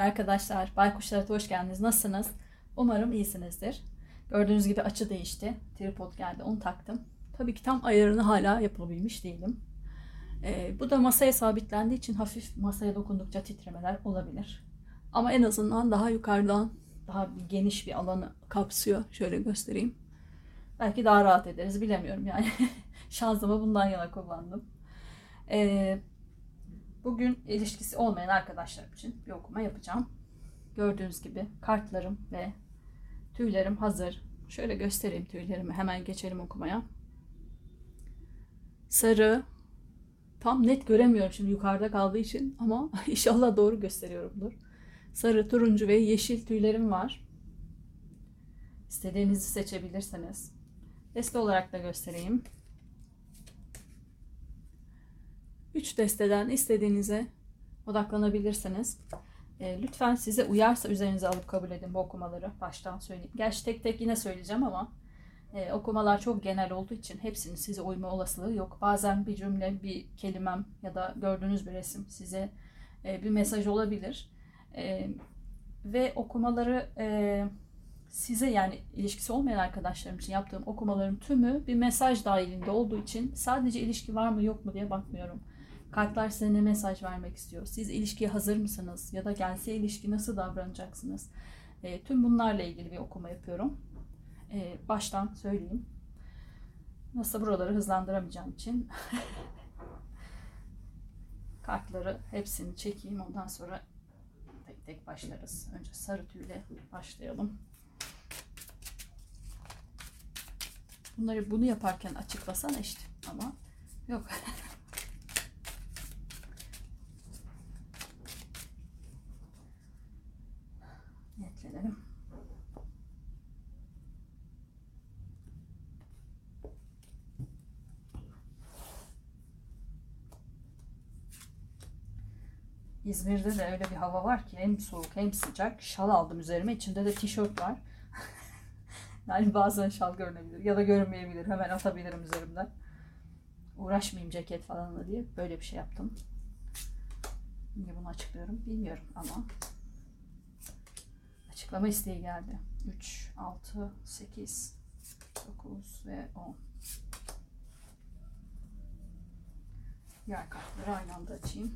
Merhabalar arkadaşlar. Baykuşlara hoş geldiniz. Nasılsınız? Umarım iyisinizdir. Gördüğünüz gibi açı değişti. Tripod geldi. Onu taktım. Tabii ki tam ayarını hala yapabilmiş değilim. Bu da masaya sabitlendiği için hafif masaya dokundukça titremeler olabilir. Ama en azından daha yukarıdan daha geniş bir alanı kapsıyor. Şöyle göstereyim. Belki daha rahat ederiz. Bilemiyorum yani. Şansımı bundan yana kullandım. Bugün ilişkisi olmayan arkadaşlarım için bir okuma yapacağım. Gördüğünüz gibi kartlarım ve tüylerim hazır. Şöyle göstereyim tüylerimi. Hemen geçelim okumaya. Sarı. Tam net göremiyorum şimdi yukarıda kaldığı için ama inşallah doğru gösteriyorumdur. Sarı, turuncu ve yeşil tüylerim var. İstediğinizi seçebilirsiniz. Deste olarak da göstereyim. 3 desteden istediğinize odaklanabilirsiniz. Lütfen size uyarsa üzerinize alıp kabul edin bu okumaları. Baştan söyleyeyim. Gerçi tek tek yine söyleyeceğim ama okumalar çok genel olduğu için hepsinin size uyma olasılığı yok. Bazen bir cümle, bir kelimem ya da gördüğünüz bir resim size bir mesaj olabilir. Ve okumaları size, yani ilişkisi olmayan arkadaşlarım için yaptığım okumaların tümü bir mesaj dahilinde olduğu için sadece ilişki var mı yok mu diye bakmıyorum. Kartlar size ne mesaj vermek istiyor? Siz ilişkiye hazır mısınız? Ya da gelse ilişki nasıl davranacaksınız? Tüm bunlarla ilgili bir okuma yapıyorum. Baştan söyleyeyim. Nasıl buraları hızlandıramayacağım için kartları hepsini çekeyim. Ondan sonra tek tek başlarız. Önce sarı tüyle başlayalım. Bunu yaparken açıklasana işte ama yok. Niyetlenelim. İzmir'de de öyle bir hava var ki hem soğuk hem sıcak. Şal aldım üzerime. İçinde de tişört var. Yani bazen şal görünebilir ya da görünmeyebilir. Hemen atabilirim üzerimden. Uğraşmayayım ceket falanla diye böyle bir şey yaptım. Niye bunu açıklıyorum bilmiyorum ama açıklama isteği geldi. 3, 6, 8, 9 ve 10. Diğer kartları aynı anda açayım.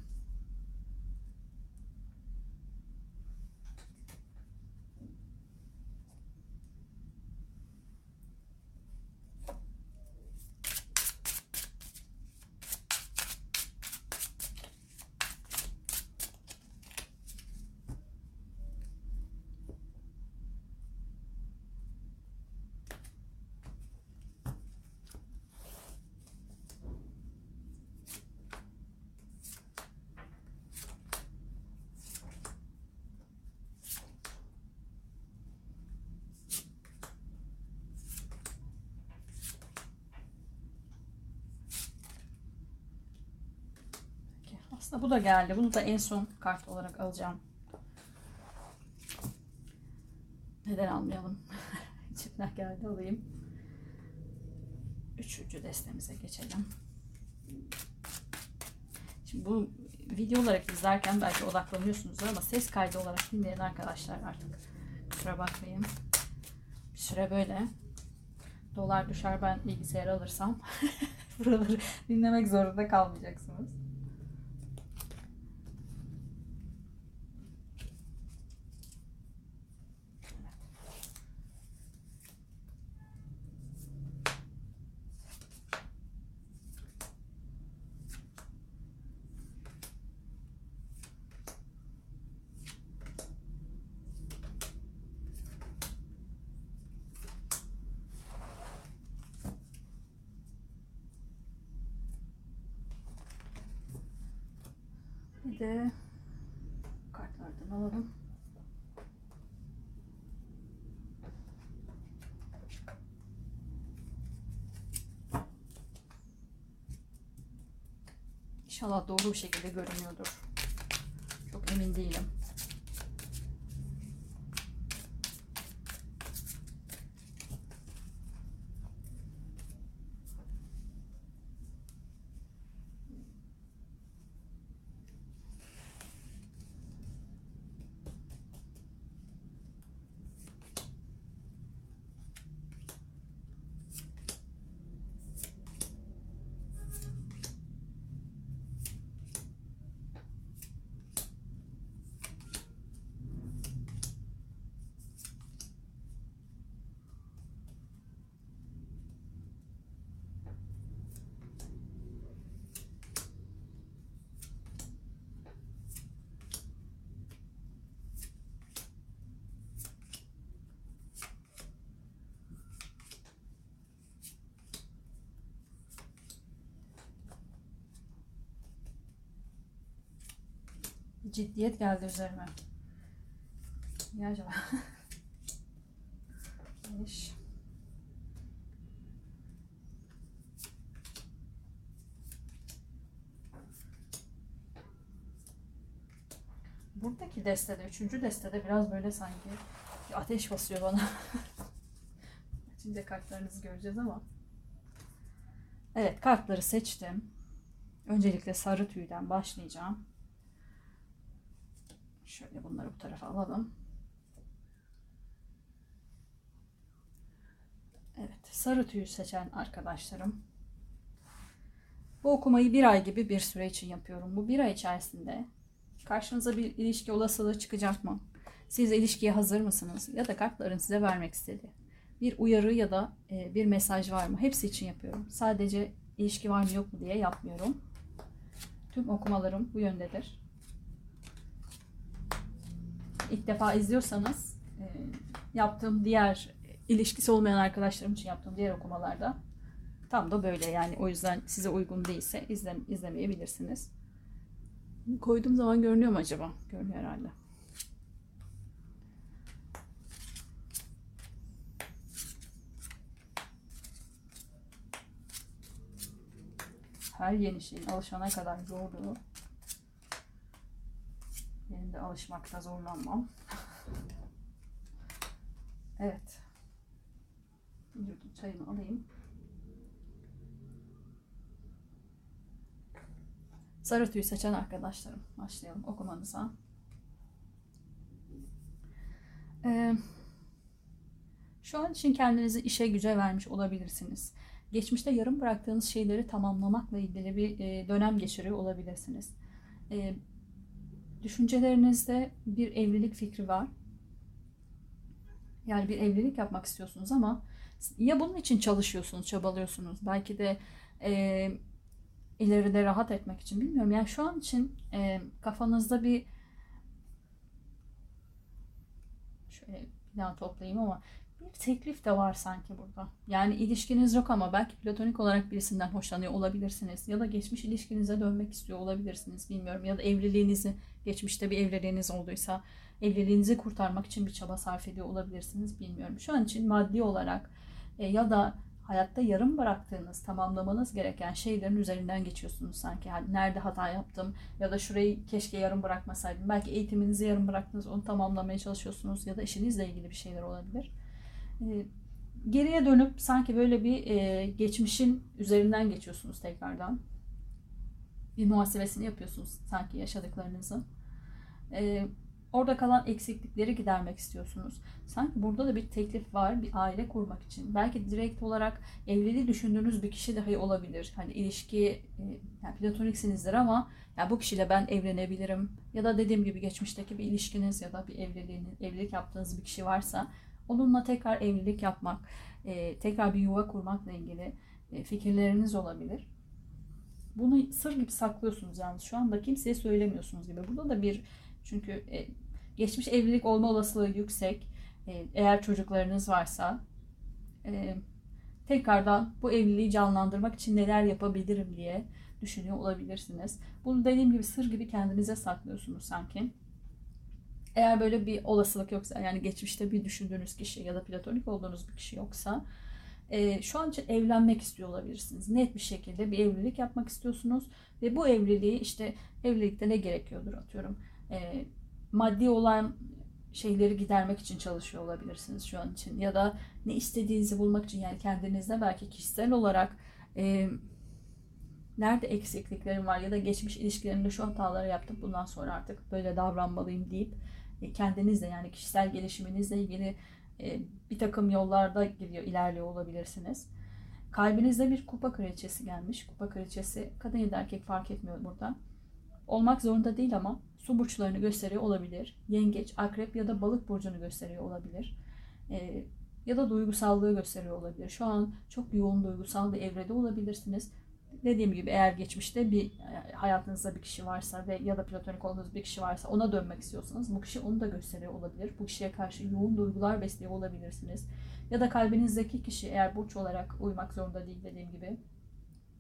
Aslında bu da geldi. Bunu da en son kart olarak alacağım. Neden almayalım? İçimden geldi, alayım. Üçüncü destemize geçelim. Şimdi bu video olarak izlerken belki odaklanıyorsunuzdur ama ses kaydı olarak dinleyen arkadaşlar artık kusura bakmayın. Bir süre böyle. Dolar düşer ben bilgisayarı alırsam buraları dinlemek zorunda kalmayacaksınız. Bir de kartlardan alalım. İnşallah doğru bir şekilde görünüyordur. Çok emin değilim. ciddiyet geldi üzerime. Ya acaba? 5. Buradaki destede, 3. destede biraz böyle sanki bir ateş basıyor bana. Şimdi kartlarınızı göreceğiz ama. Evet, kartları seçtim. Öncelikle sarı tüyden başlayacağım. Şöyle bunları bu tarafa alalım. Evet, sarı tüyü seçen arkadaşlarım. Bu okumayı 1 ay gibi bir süre için yapıyorum. Bu 1 ay içerisinde karşınıza bir ilişki olasılığı çıkacak mı? Siz ilişkiye hazır mısınız? Ya da kartların size vermek istediği bir uyarı ya da bir mesaj var mı? Hepsi için yapıyorum. Sadece ilişki var mı yok mu diye yapmıyorum. Tüm okumalarım bu yöndedir. İlk defa izliyorsanız yaptığım diğer ilişkisi olmayan arkadaşlarım için yaptığım diğer okumalarda tam da böyle, yani o yüzden size uygun değilse izlemeyebilirsiniz. Koyduğum zaman görünüyor mu acaba? Görünüyor herhalde. Her yeni şeyin alışana kadar zorluğu. Benim de alışmakta zorlanmam. Evet. Bir yudum çayımı alayım. Sarı tüyü seçen arkadaşlarım, başlayalım okumanıza. Şu an için kendinizi işe güce vermiş olabilirsiniz. Geçmişte yarım bıraktığınız şeyleri tamamlamakla ilgili bir dönem geçiriyor olabilirsiniz. Düşüncelerinizde bir evlilik fikri var. Yani bir evlilik yapmak istiyorsunuz ama ya bunun için çalışıyorsunuz, çabalıyorsunuz. Belki de ileride rahat etmek için, bilmiyorum. Yani şu an için kafanızda bir, şöyle bir daha toplayayım ama bir teklif de var sanki burada. Yani ilişkiniz yok ama belki platonik olarak birisinden hoşlanıyor olabilirsiniz. Ya da geçmiş ilişkinize dönmek istiyor olabilirsiniz. Bilmiyorum. Ya da evliliğinizi, geçmişte bir evliliğiniz olduysa evliliğinizi kurtarmak için bir çaba sarf ediyor olabilirsiniz. Bilmiyorum. Şu an için maddi olarak ya da hayatta yarım bıraktığınız, tamamlamanız gereken şeylerin üzerinden geçiyorsunuz sanki. Yani nerede hata yaptım ya da şurayı keşke yarım bırakmasaydım. Belki eğitiminizi yarım bıraktınız, onu tamamlamaya çalışıyorsunuz ya da işinizle ilgili bir şeyler olabilir. Geriye dönüp sanki böyle bir geçmişin üzerinden geçiyorsunuz tekrardan. Bir muhasebesini yapıyorsunuz sanki yaşadıklarınızın. Orada kalan eksiklikleri gidermek istiyorsunuz. Sanki burada da bir teklif var, bir aile kurmak için. Belki direkt olarak evliliği düşündüğünüz bir kişi dahi olabilir. Hani ilişki, yani platoniksinizdir ama ya bu kişiyle ben evlenebilirim. Ya da dediğim gibi geçmişteki bir ilişkiniz ya da bir evlilik yaptığınız bir kişi varsa onunla tekrar evlilik yapmak, tekrar bir yuva kurmakla ilgili fikirleriniz olabilir. Bunu sır gibi saklıyorsunuz yalnız. Şu anda kimseye söylemiyorsunuz gibi. Burada da bir, çünkü geçmiş evlilik olma olasılığı yüksek. Eğer çocuklarınız varsa tekrardan bu evliliği canlandırmak için neler yapabilirim diye düşünüyor olabilirsiniz. Bunu dediğim gibi sır gibi kendinize saklıyorsunuz sanki. Eğer böyle bir olasılık yoksa, yani geçmişte bir düşündüğünüz kişi ya da platonik olduğunuz bir kişi yoksa şu an için evlenmek istiyor olabilirsiniz. Net bir şekilde bir evlilik yapmak istiyorsunuz ve bu evliliği, işte evlilikte ne gerekiyordur atıyorum. Maddi olan şeyleri gidermek için çalışıyor olabilirsiniz şu an için. Ya da ne istediğinizi bulmak için, yani kendinizde belki kişisel olarak nerede eksikliklerim var ya da geçmiş ilişkilerimde şu hataları yaptım, bundan sonra artık böyle davranmalıyım deyip kendinizle, yani kişisel gelişiminizle ilgili bir takım yollarda ilerliyor olabilirsiniz. Kalbinizde bir kupa kraliçesi gelmiş. Kupa kraliçesi kadın ya da erkek fark etmiyor burada. Olmak zorunda değil ama su burçlarını gösteriyor olabilir. Yengeç, akrep ya da balık burcunu gösteriyor olabilir. Ya da duygusallığı gösteriyor olabilir. Şu an çok yoğun duygusal bir evrede olabilirsiniz. Dediğim gibi eğer geçmişte bir hayatınızda bir kişi varsa ve ya da platonik olduğunuz bir kişi varsa ona dönmek istiyorsanız bu kişi onu da gösteriyor olabilir. Bu kişiye karşı yoğun duygular besliyor olabilirsiniz. Ya da kalbinizdeki kişi eğer burç olarak uymak zorunda değil, dediğim gibi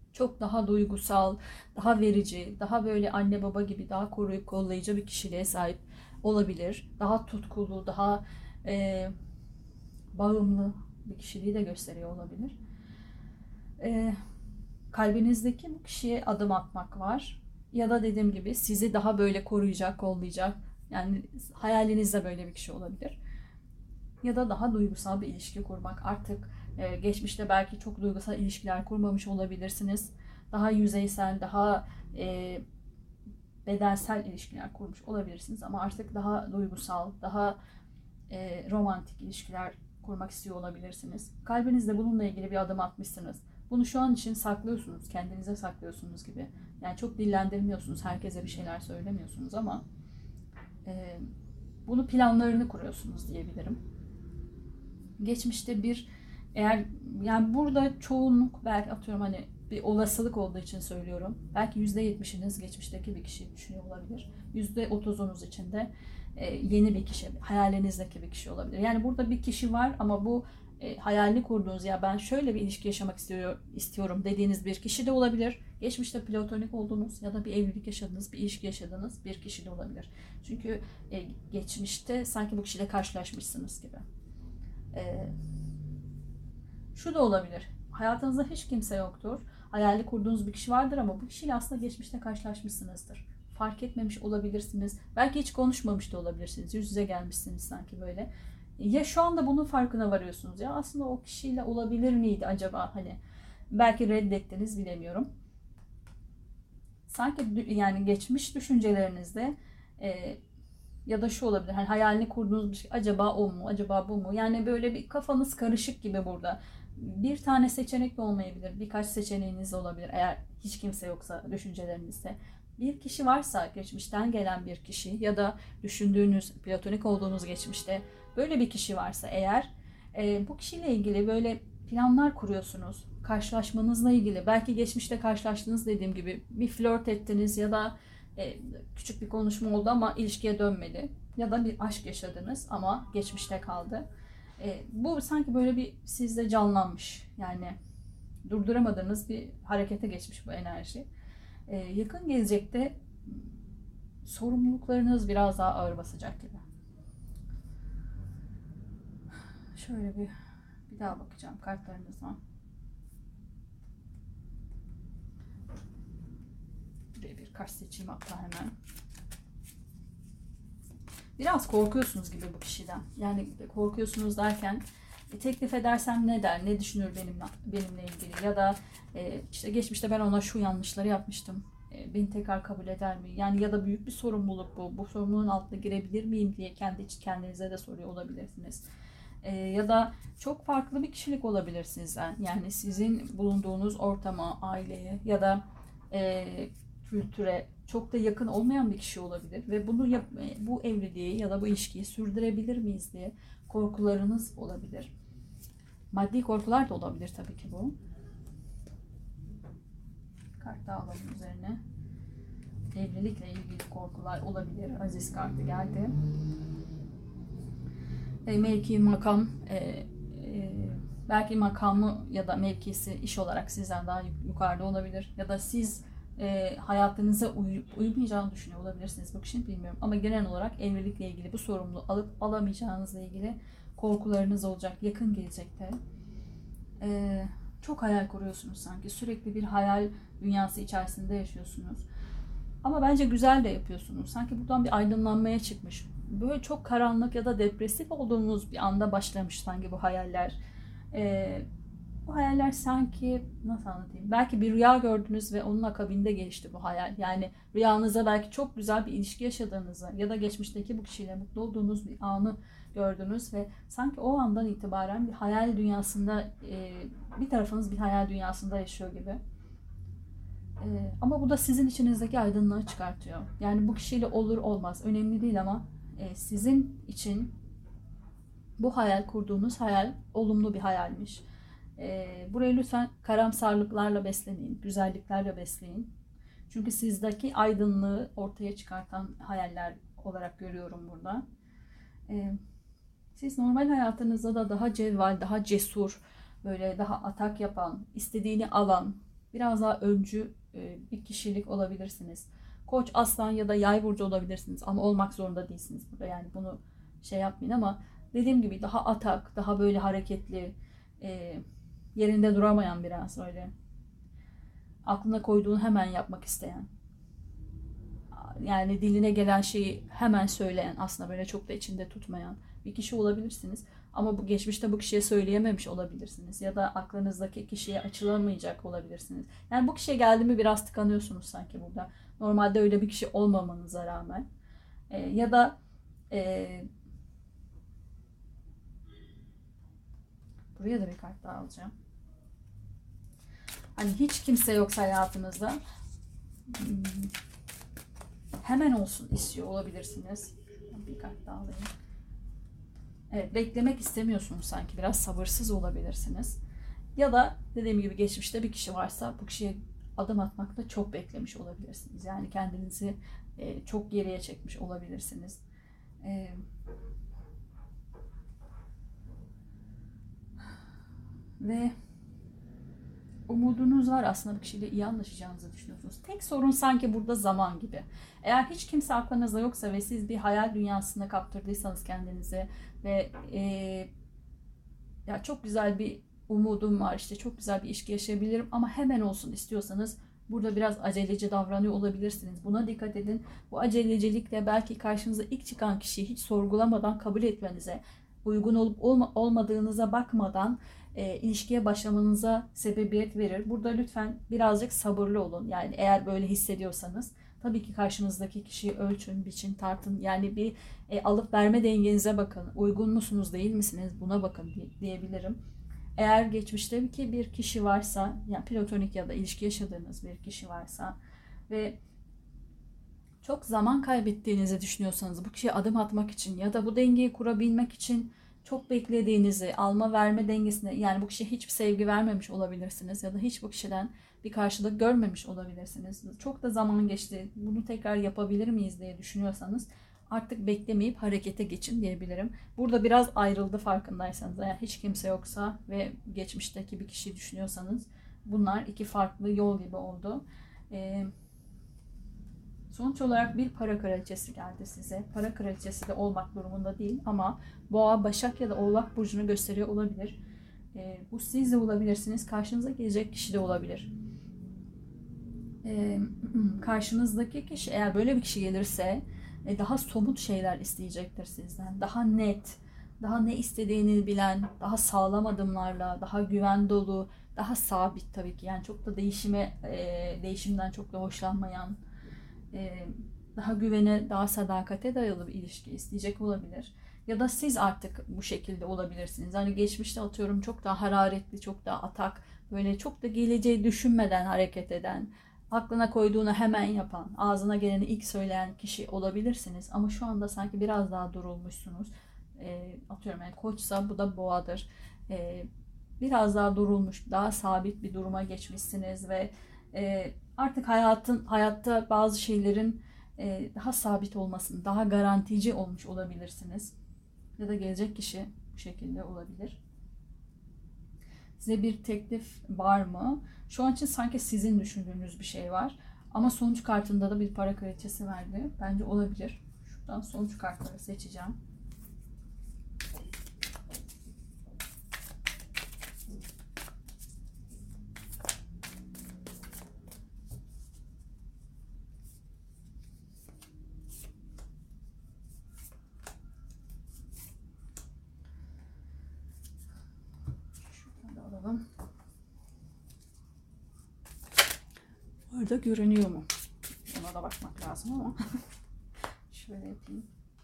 Çok daha duygusal, daha verici, daha böyle anne baba gibi daha koruyup kollayıcı bir kişiliğe sahip olabilir. Daha tutkulu, daha e, bağımlı bir kişiliği de gösteriyor olabilir. E, Kalbinizdeki bu kişiye adım atmak var. Ya da dediğim gibi sizi daha böyle koruyacak, kollayacak. Yani hayalinizde böyle bir kişi olabilir. Ya da daha duygusal bir ilişki kurmak. Artık geçmişte belki çok duygusal ilişkiler kurmamış olabilirsiniz. Daha yüzeysel, daha e, bedensel ilişkiler kurmuş olabilirsiniz. Ama artık daha duygusal, daha romantik ilişkiler kurmak istiyor olabilirsiniz. Kalbinizde bununla ilgili bir adım atmışsınız. Bunu şu an için saklıyorsunuz, kendinize saklıyorsunuz gibi. Yani çok dillendirmiyorsunuz, herkese bir şeyler söylemiyorsunuz ama e, bunu planlarını kuruyorsunuz diyebilirim. Geçmişte bir eğer yani burada çoğunluk belki atıyorum hani bir olasılık olduğu için söylüyorum. Belki %70'iniz geçmişteki bir kişiyi düşünüyor olabilir. %30'unuz için de yeni bir kişi, hayalinizdeki bir kişi olabilir. Yani burada bir kişi var ama bu hayalini kurduğunuz ya ben şöyle bir ilişki yaşamak istiyorum dediğiniz bir kişi de olabilir. Geçmişte platonik olduğunuz ya da bir evlilik yaşadığınız, bir ilişki yaşadığınız bir kişi de olabilir. Çünkü geçmişte sanki bu kişiyle karşılaşmışsınız gibi. Ee, Şu da olabilir. Hayatınızda hiç kimse yoktur. Hayali kurduğunuz bir kişi vardır ama bu kişiyle aslında geçmişte karşılaşmışsınızdır. Fark etmemiş olabilirsiniz. Belki hiç konuşmamış da olabilirsiniz. Yüz yüze gelmişsiniz sanki böyle. Ya şu anda bunun farkına varıyorsunuz ya aslında o kişiyle olabilir miydi acaba hani belki reddettiniz bilemiyorum. Sanki yani geçmiş düşüncelerinizde e, ya da şu olabilir. Hani hayalini kurduğunuz bir şey. Acaba o mu? Acaba bu mu? Yani böyle bir kafanız karışık gibi burada. Bir tane seçenek de olmayabilir. Birkaç seçeneğiniz olabilir. Eğer hiç kimse yoksa düşüncelerinizde. Bir kişi varsa geçmişten gelen bir kişi ya da düşündüğünüz, platonik olduğunuz geçmişte böyle bir kişi varsa eğer bu kişiyle ilgili böyle planlar kuruyorsunuz. Karşılaşmanızla ilgili. Belki geçmişte karşılaştığınız dediğim gibi bir flört ettiniz ya da e, küçük bir konuşma oldu ama ilişkiye dönmedi. Ya da bir aşk yaşadınız ama geçmişte kaldı. Bu sanki böyle bir sizde canlanmış. Yani durduramadığınız bir harekete geçmiş bu enerji. Yakın gelecekte sorumluluklarınız biraz daha ağır basacak gibi. Şöyle bir daha bakacağım kartlarınızdan. Buraya bir kart seçeyim hatta hemen. Biraz korkuyorsunuz gibi bu kişiden. Yani korkuyorsunuz derken teklif edersem ne der, ne düşünür benimle ilgili ya da işte geçmişte ben ona şu yanlışları yapmıştım. Beni tekrar kabul eder mi? Yani ya da büyük bir sorumluluk bu. Bu sorumluluğun altına girebilir miyim diye kendinize de soruyor olabilirsiniz. Ya da çok farklı bir kişilik olabilir sizden. Yani sizin bulunduğunuz ortama, aileye ya da e, kültüre çok da yakın olmayan bir kişi olabilir ve bu evliliği ya da bu ilişkiyi sürdürebilir miyiz diye korkularınız olabilir. Maddi korkular da olabilir tabii ki bu. Kart daha alalım üzerine. Evlilikle ilgili korkular olabilir. Aziz kartı geldi. Mevki, makam, belki makamı ya da mevkisi iş olarak sizden daha yukarıda olabilir. Ya da siz hayatınıza uymayacağını düşünüyor olabilirsiniz. Bu kişinin bilmiyorum. Ama genel olarak evlilikle ilgili bu sorumluluğu alıp alamayacağınızla ilgili korkularınız olacak yakın gelecekte. Çok hayal kuruyorsunuz sanki. Sürekli bir hayal dünyası içerisinde yaşıyorsunuz. Ama bence güzel de yapıyorsunuz. Sanki buradan bir aydınlanmaya çıkmış. Böyle çok karanlık ya da depresif olduğunuz bir anda başlamış sanki bu hayaller. Bu hayaller sanki nasıl anlatayım? Belki bir rüya gördünüz ve onun akabinde gelişti bu hayal. Yani rüyanızda belki çok güzel bir ilişki yaşadığınızı ya da geçmişteki bu kişiyle mutlu olduğunuz bir anı gördünüz ve sanki o andan itibaren bir hayal dünyasında bir tarafınız bir hayal dünyasında yaşıyor gibi. Ama bu da sizin içinizdeki aydınlığı çıkartıyor. Yani bu kişiyle olur olmaz önemli değil ama sizin için bu hayal kurduğunuz hayal olumlu bir hayalmiş. Burayı lütfen karamsarlıklarla beslemeyin, güzelliklerle besleyin. Çünkü sizdeki aydınlığı ortaya çıkartan hayaller olarak görüyorum burada. Siz normal hayatınızda da daha cevval, daha cesur, böyle daha atak yapan, istediğini alan, Biraz daha öncü bir kişilik olabilirsiniz. Koç, aslan ya da yay burcu olabilirsiniz ama olmak zorunda değilsiniz burada. Yani bunu şey yapmayın ama dediğim gibi daha atak, daha böyle hareketli, yerinde duramayan, biraz öyle aklına koyduğunu hemen yapmak isteyen, yani diline gelen şeyi hemen söyleyen, aslında böyle çok da içinde tutmayan bir kişi olabilirsiniz. Ama bu geçmişte bu kişiye söyleyememiş olabilirsiniz. Ya da aklınızdaki kişiye açılamayacak olabilirsiniz. Yani bu kişiye geldi mi biraz tıkanıyorsunuz sanki burada. Normalde öyle bir kişi olmamanıza rağmen. Ya da e, buraya da bir kart daha alacağım. Hani hiç kimse yoksa hayatınızda hemen olsun istiyor olabilirsiniz. Bir kart daha alayım. Evet, beklemek istemiyorsunuz sanki. Biraz sabırsız olabilirsiniz. Ya da dediğim gibi geçmişte bir kişi varsa bu kişiye adım atmakta çok beklemiş olabilirsiniz. Yani kendinizi çok geriye çekmiş olabilirsiniz. Ve umudunuz var, aslında bir kişiyle iyi anlaşacağınızı düşünüyorsunuz. Tek sorun sanki burada zaman gibi. Eğer hiç kimse aklınızda yoksa ve siz bir hayal dünyasına kaptırdıysanız kendinizi ve ya çok güzel bir umudum var, işte çok güzel bir ilişki yaşayabilirim ama hemen olsun istiyorsanız burada biraz aceleci davranıyor olabilirsiniz. Buna dikkat edin. Bu acelecilikle belki karşınıza ilk çıkan kişiyi hiç sorgulamadan kabul etmenize, uygun olup olmadığınıza bakmadan ilişkiye başlamanıza sebebiyet verir. Burada lütfen birazcık sabırlı olun. Yani eğer böyle hissediyorsanız tabii ki karşınızdaki kişiyi ölçün, biçin, tartın. Yani bir alıp verme dengenize bakın. Uygun musunuz, değil misiniz? Buna bakın diyebilirim. Eğer geçmişte bir kişi varsa, yani platonik ya da ilişki yaşadığınız bir kişi varsa ve çok zaman kaybettiğinizi düşünüyorsanız bu kişiye adım atmak için ya da bu dengeyi kurabilmek için çok beklediğinizi, alma verme dengesine, yani bu kişiye hiçbir sevgi vermemiş olabilirsiniz ya da hiç bu kişiden bir karşılık görmemiş olabilirsiniz. Çok da zaman geçti, bunu tekrar yapabilir miyiz diye düşünüyorsanız artık beklemeyip harekete geçin diyebilirim. Burada biraz ayrıldı farkındaysanız, eğer hiç kimse yoksa ve geçmişteki bir kişiyi düşünüyorsanız bunlar iki farklı yol gibi oldu. Sonuç olarak bir para kraliçesi geldi size. Para kraliçesi de olmak durumunda değil ama Boğa, Başak ya da Oğlak burcunu gösteriyor olabilir. Bu siz de olabilirsiniz. Karşınıza gelecek kişi de olabilir. Karşınızdaki kişi, eğer böyle bir kişi gelirse daha somut şeyler isteyecektir sizden. Daha net, daha ne istediğini bilen, daha sağlam adımlarla, daha güven dolu, daha sabit tabii ki. Yani çok da değişimden çok da hoşlanmayan, daha güvene, daha sadakate dayalı bir ilişki isteyecek olabilir. Ya da siz artık bu şekilde olabilirsiniz. Hani geçmişte atıyorum çok daha hararetli, çok daha atak, böyle çok da geleceği düşünmeden hareket eden, aklına koyduğunu hemen yapan, ağzına geleni ilk söyleyen kişi olabilirsiniz. Ama şu anda sanki biraz daha durulmuşsunuz. Atıyorum yani koçsa bu da boğadır. Biraz daha durulmuş, daha sabit bir duruma geçmişsiniz ve artık hayatta bazı şeylerin daha sabit olmasını, daha garantici olmuş olabilirsiniz. Ya da gelecek kişi bu şekilde olabilir. Size bir teklif var mı? Şu an için sanki sizin düşündüğünüz bir şey var. Ama sonuç kartında da bir para kraliçesi verdi. Bence olabilir. Şuradan sonuç kartları seçeceğim. Şuradan da alalım. Orada görünüyor mu? Ona da bakmak lazım ama. Şöyle yapayım.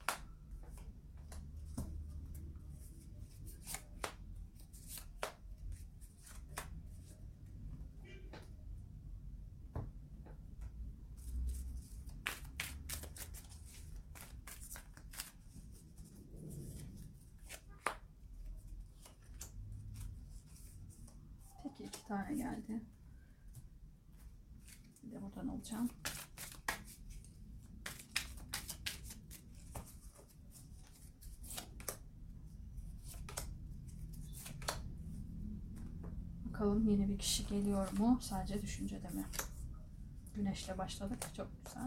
Peki, 2 tane geldi. Bir de buradan alacağım. Bakalım yeni bir kişi geliyor mu? Sadece düşüncede mi? Güneşle başladık. Çok güzel.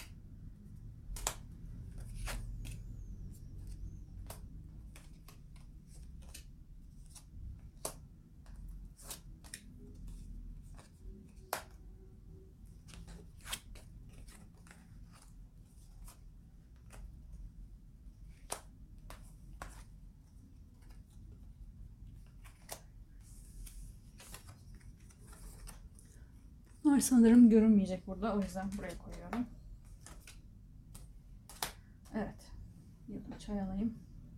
Bunlar sanırım görünmeyecek burada. O yüzden buraya koyuyorum. Evet. Yudum çay alayım.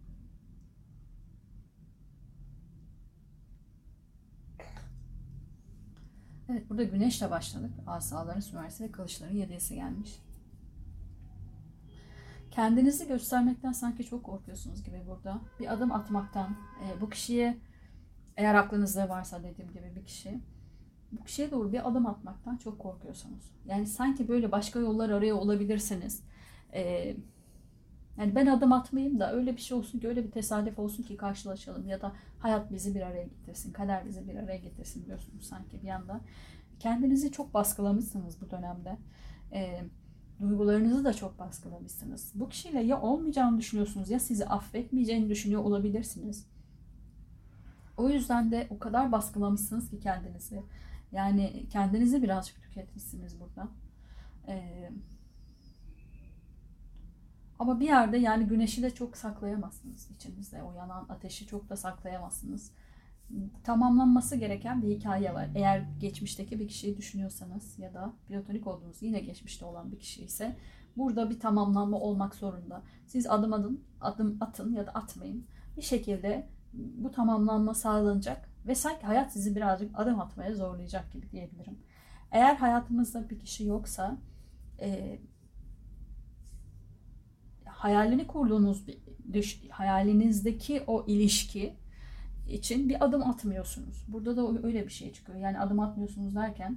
Evet, burada güneşle başladık. Asaların sümerisi ve kılıçların yediyesi gelmiş. Kendinizi göstermekten sanki çok korkuyorsunuz gibi burada. Bir adım atmaktan, bu kişiye, eğer aklınızda varsa dediğim gibi bir kişi, bu kişiye doğru bir adım atmaktan çok korkuyorsunuz. Yani sanki böyle başka yollar arıyor olabilirsiniz. Yani ben adım atmayayım da öyle bir şey olsun ki, öyle bir tesadüf olsun ki karşılaşalım ya da hayat bizi bir araya getirsin, kader bizi bir araya getirsin diyorsunuz sanki bir anda. Kendinizi çok baskılamışsınız bu dönemde. Duygularınızı da çok baskılamışsınız. Bu kişiyle ya olmayacağını düşünüyorsunuz ya sizi affetmeyeceğini düşünüyor olabilirsiniz. O yüzden de o kadar baskılamışsınız ki kendinizi. Yani kendinizi birazcık tüketmişsiniz burada. Ama bir yerde yani güneşi de çok saklayamazsınız içinizde. O yanan ateşi çok da saklayamazsınız. Tamamlanması gereken bir hikaye var. Eğer geçmişteki bir kişiyi düşünüyorsanız ya da platonik olduğunuz yine geçmişte olan bir kişi ise burada bir tamamlanma olmak zorunda. Siz adım atın ya da atmayın. Bir şekilde bu tamamlanma sağlanacak ve sanki hayat sizi birazcık adım atmaya zorlayacak gibi diyebilirim. Eğer hayatınızda bir kişi yoksa hayalini kurduğunuz hayalinizdeki o ilişki için bir adım atmıyorsunuz. Burada da öyle bir şey çıkıyor. Yani adım atmıyorsunuz derken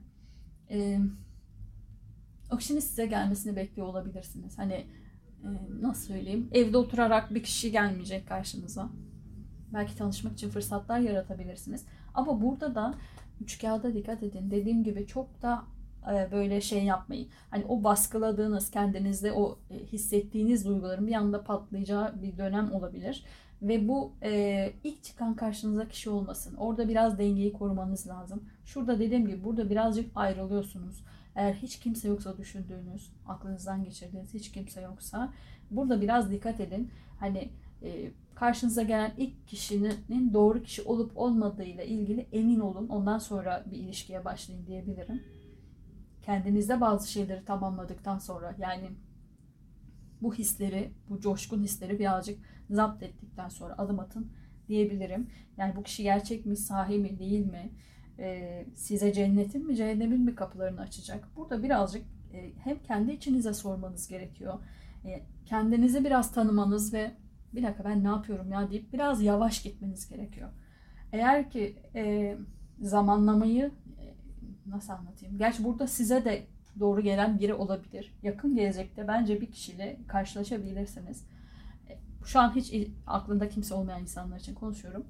o kişinin size gelmesini bekliyor olabilirsiniz. Hani nasıl söyleyeyim? Evde oturarak bir kişi gelmeyecek karşınıza. Belki tanışmak için fırsatlar yaratabilirsiniz. Ama burada da üç kağıda dikkat edin. Dediğim gibi çok da böyle şey yapmayın. Hani o baskıladığınız, kendinizde o hissettiğiniz duyguların bir anda patlayacağı bir dönem olabilir. Ve bu ilk çıkan karşınıza kişi olmasın. Orada biraz dengeyi korumanız lazım. Şurada dediğim gibi burada birazcık ayrılıyorsunuz. Eğer hiç kimse yoksa düşündüğünüz, aklınızdan geçirdiğiniz hiç kimse yoksa burada biraz dikkat edin. Hani karşınıza gelen ilk kişinin doğru kişi olup olmadığıyla ilgili emin olun. Ondan sonra bir ilişkiye başlayın diyebilirim. Kendinizde bazı şeyleri tamamladıktan sonra yani bu hisleri, bu coşkun hisleri birazcık zapt ettikten sonra adım atın diyebilirim. Yani bu kişi gerçek mi, sahi mi, değil mi? Size cennetin mi, cehennemin mi kapılarını açacak? Burada birazcık hem kendi içinize sormanız gerekiyor. Kendinizi biraz tanımanız ve bir dakika ben ne yapıyorum ya deyip biraz yavaş gitmeniz gerekiyor. Eğer ki zamanlamayı nasıl anlatayım? Gerçi burada size de doğru gelen biri olabilir. Yakın gelecekte bence bir kişiyle karşılaşabilirsiniz. Şu an hiç aklında kimse olmayan insanlar için konuşuyorum.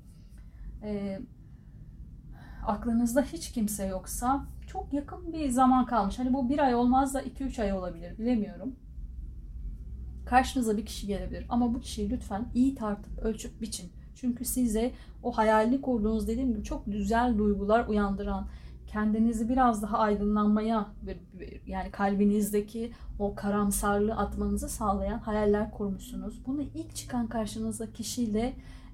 Aklınızda hiç kimse yoksa çok yakın bir zaman kalmış. Hani bu bir ay olmaz da 2-3 ay olabilir. Bilemiyorum. Karşınıza bir kişi gelebilir. Ama bu kişiyi lütfen iyi tartıp ölçüp biçin. Çünkü size o hayalini kurduğunuz dediğim gibi çok güzel duygular uyandıran, kendinizi biraz daha aydınlanmaya yani kalbinizdeki o karamsarlığı atmanızı sağlayan hayaller kurmuşsunuz. Bunu ilk çıkan karşınıza kişiyle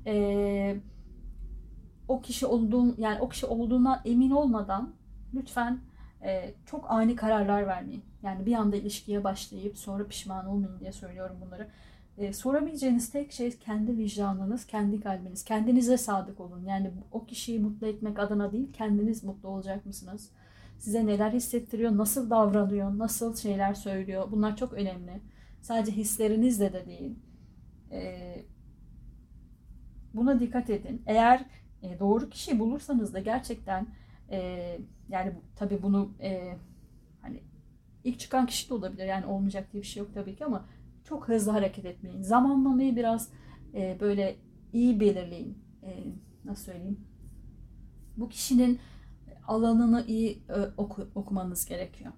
o kişi olduğuna emin olmadan lütfen çok ani kararlar vermeyin. Yani bir anda ilişkiye başlayıp sonra pişman olmayın diye söylüyorum bunları. Sorabileceğiniz tek şey kendi vicdanınız, kendi kalbiniz. Kendinize sadık olun. Yani o kişiyi mutlu etmek adına değil, kendiniz mutlu olacak mısınız? Size neler hissettiriyor, nasıl davranıyor, nasıl şeyler söylüyor. Bunlar çok önemli. Sadece hislerinizle de değil. Buna dikkat edin. Eğer doğru kişiyi bulursanız da gerçekten yani tabii bunu hani ilk çıkan kişi de olabilir. Yani olmayacak diye bir şey yok tabii ki ama çok hızlı hareket etmeyin. Zamanlamayı biraz böyle iyi belirleyin. Nasıl söyleyeyim? Bu kişinin alanını iyi okumanız gerekiyor.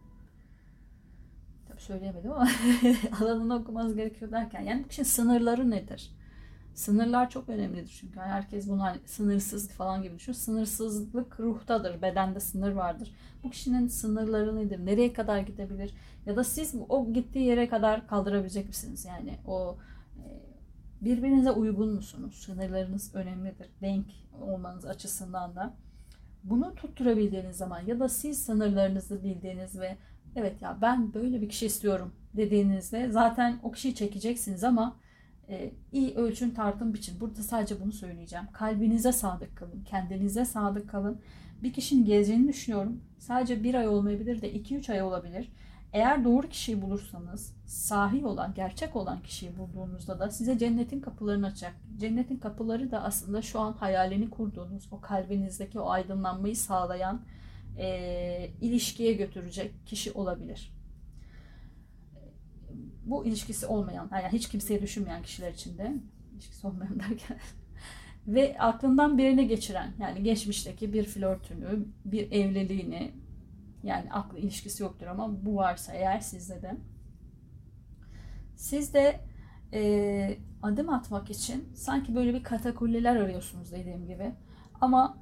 Tabii söyleyemedim ama alanını okumanız gerekiyor derken yani bu kişinin sınırları nedir? Sınırlar çok önemlidir çünkü herkes bunu hani sınırsız falan gibi düşünüyor. Sınırsızlık ruhtadır, bedende sınır vardır. Bu kişinin sınırları nedir? Nereye kadar gidebilir? Ya da siz o gittiği yere kadar kaldırabilecek misiniz? Yani o birbirinize uygun musunuz? Sınırlarınız önemlidir. Denk olmanız açısından da. Bunu tutturabildiğiniz zaman ya da siz sınırlarınızı bildiğiniz ve evet ya ben böyle bir kişi istiyorum dediğinizde zaten o kişiyi çekeceksiniz ama iyi ölçün tartın biçin. Burada sadece bunu söyleyeceğim. Kalbinize sadık kalın. Kendinize sadık kalın. Bir kişinin geleceğini düşünüyorum. Sadece bir ay olmayabilir de 2-3 ay olabilir. Eğer doğru kişiyi bulursanız, sahi olan, gerçek olan kişiyi bulduğunuzda da size cennetin kapılarını açacak. Cennetin kapıları da aslında şu an hayalini kurduğunuz, o kalbinizdeki o aydınlanmayı sağlayan, ilişkiye götürecek kişi olabilir. Bu ilişkisi olmayan, yani hiç kimseye düşünmeyen kişiler için de, ilişkisi olmayan derken, ve aklından birini geçiren, yani geçmişteki bir flörtünü, bir evliliğini, yani aklı ilişkisi yoktur ama bu varsa eğer sizde de, siz de adım atmak için sanki böyle bir katakulliler arıyorsunuz dediğim gibi. Ama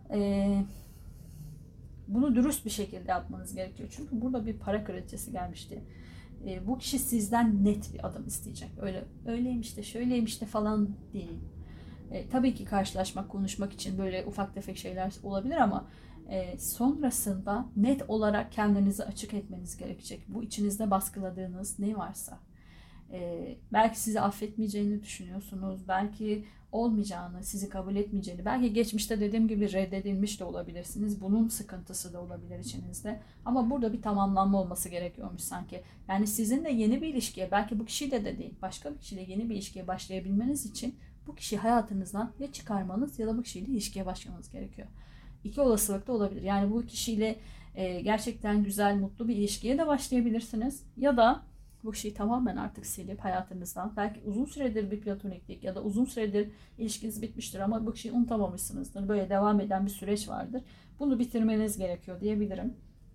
bunu dürüst bir şekilde yapmanız gerekiyor. Çünkü burada bir para kraliçesi gelmişti. Bu kişi sizden net bir adım isteyecek. Öyleymiş de şöyleymiş de falan değil. Tabii ki karşılaşmak, konuşmak için böyle ufak tefek şeyler olabilir ama sonrasında net olarak kendinizi açık etmeniz gerekecek. Bu içinizde baskıladığınız ne varsa. Belki sizi affetmeyeceğini düşünüyorsunuz. Belki olmayacağını, sizi kabul etmeyeceğini. Belki geçmişte dediğim gibi reddedilmiş de olabilirsiniz. Bunun sıkıntısı da olabilir içinizde. Ama burada bir tamamlanma olması gerekiyormuş sanki. Yani sizinle yeni bir ilişkiye, belki bu kişiyle de değil, başka bir kişiyle yeni bir ilişkiye başlayabilmeniz için bu kişiyi hayatınızdan ya çıkarmanız ya da bu kişiyle ilişkiye başlamanız gerekiyor. İki olasılık da olabilir. Yani bu kişiyle gerçekten güzel, mutlu bir ilişkiye de başlayabilirsiniz. Ya da bu kişiyi tamamen artık silip hayatınızdan, belki uzun süredir bir platoniklik ya da uzun süredir ilişkiniz bitmiştir ama bu kişiyi unutamamışsınızdır. Böyle devam eden bir süreç vardır. Bunu bitirmeniz gerekiyor diyebilirim.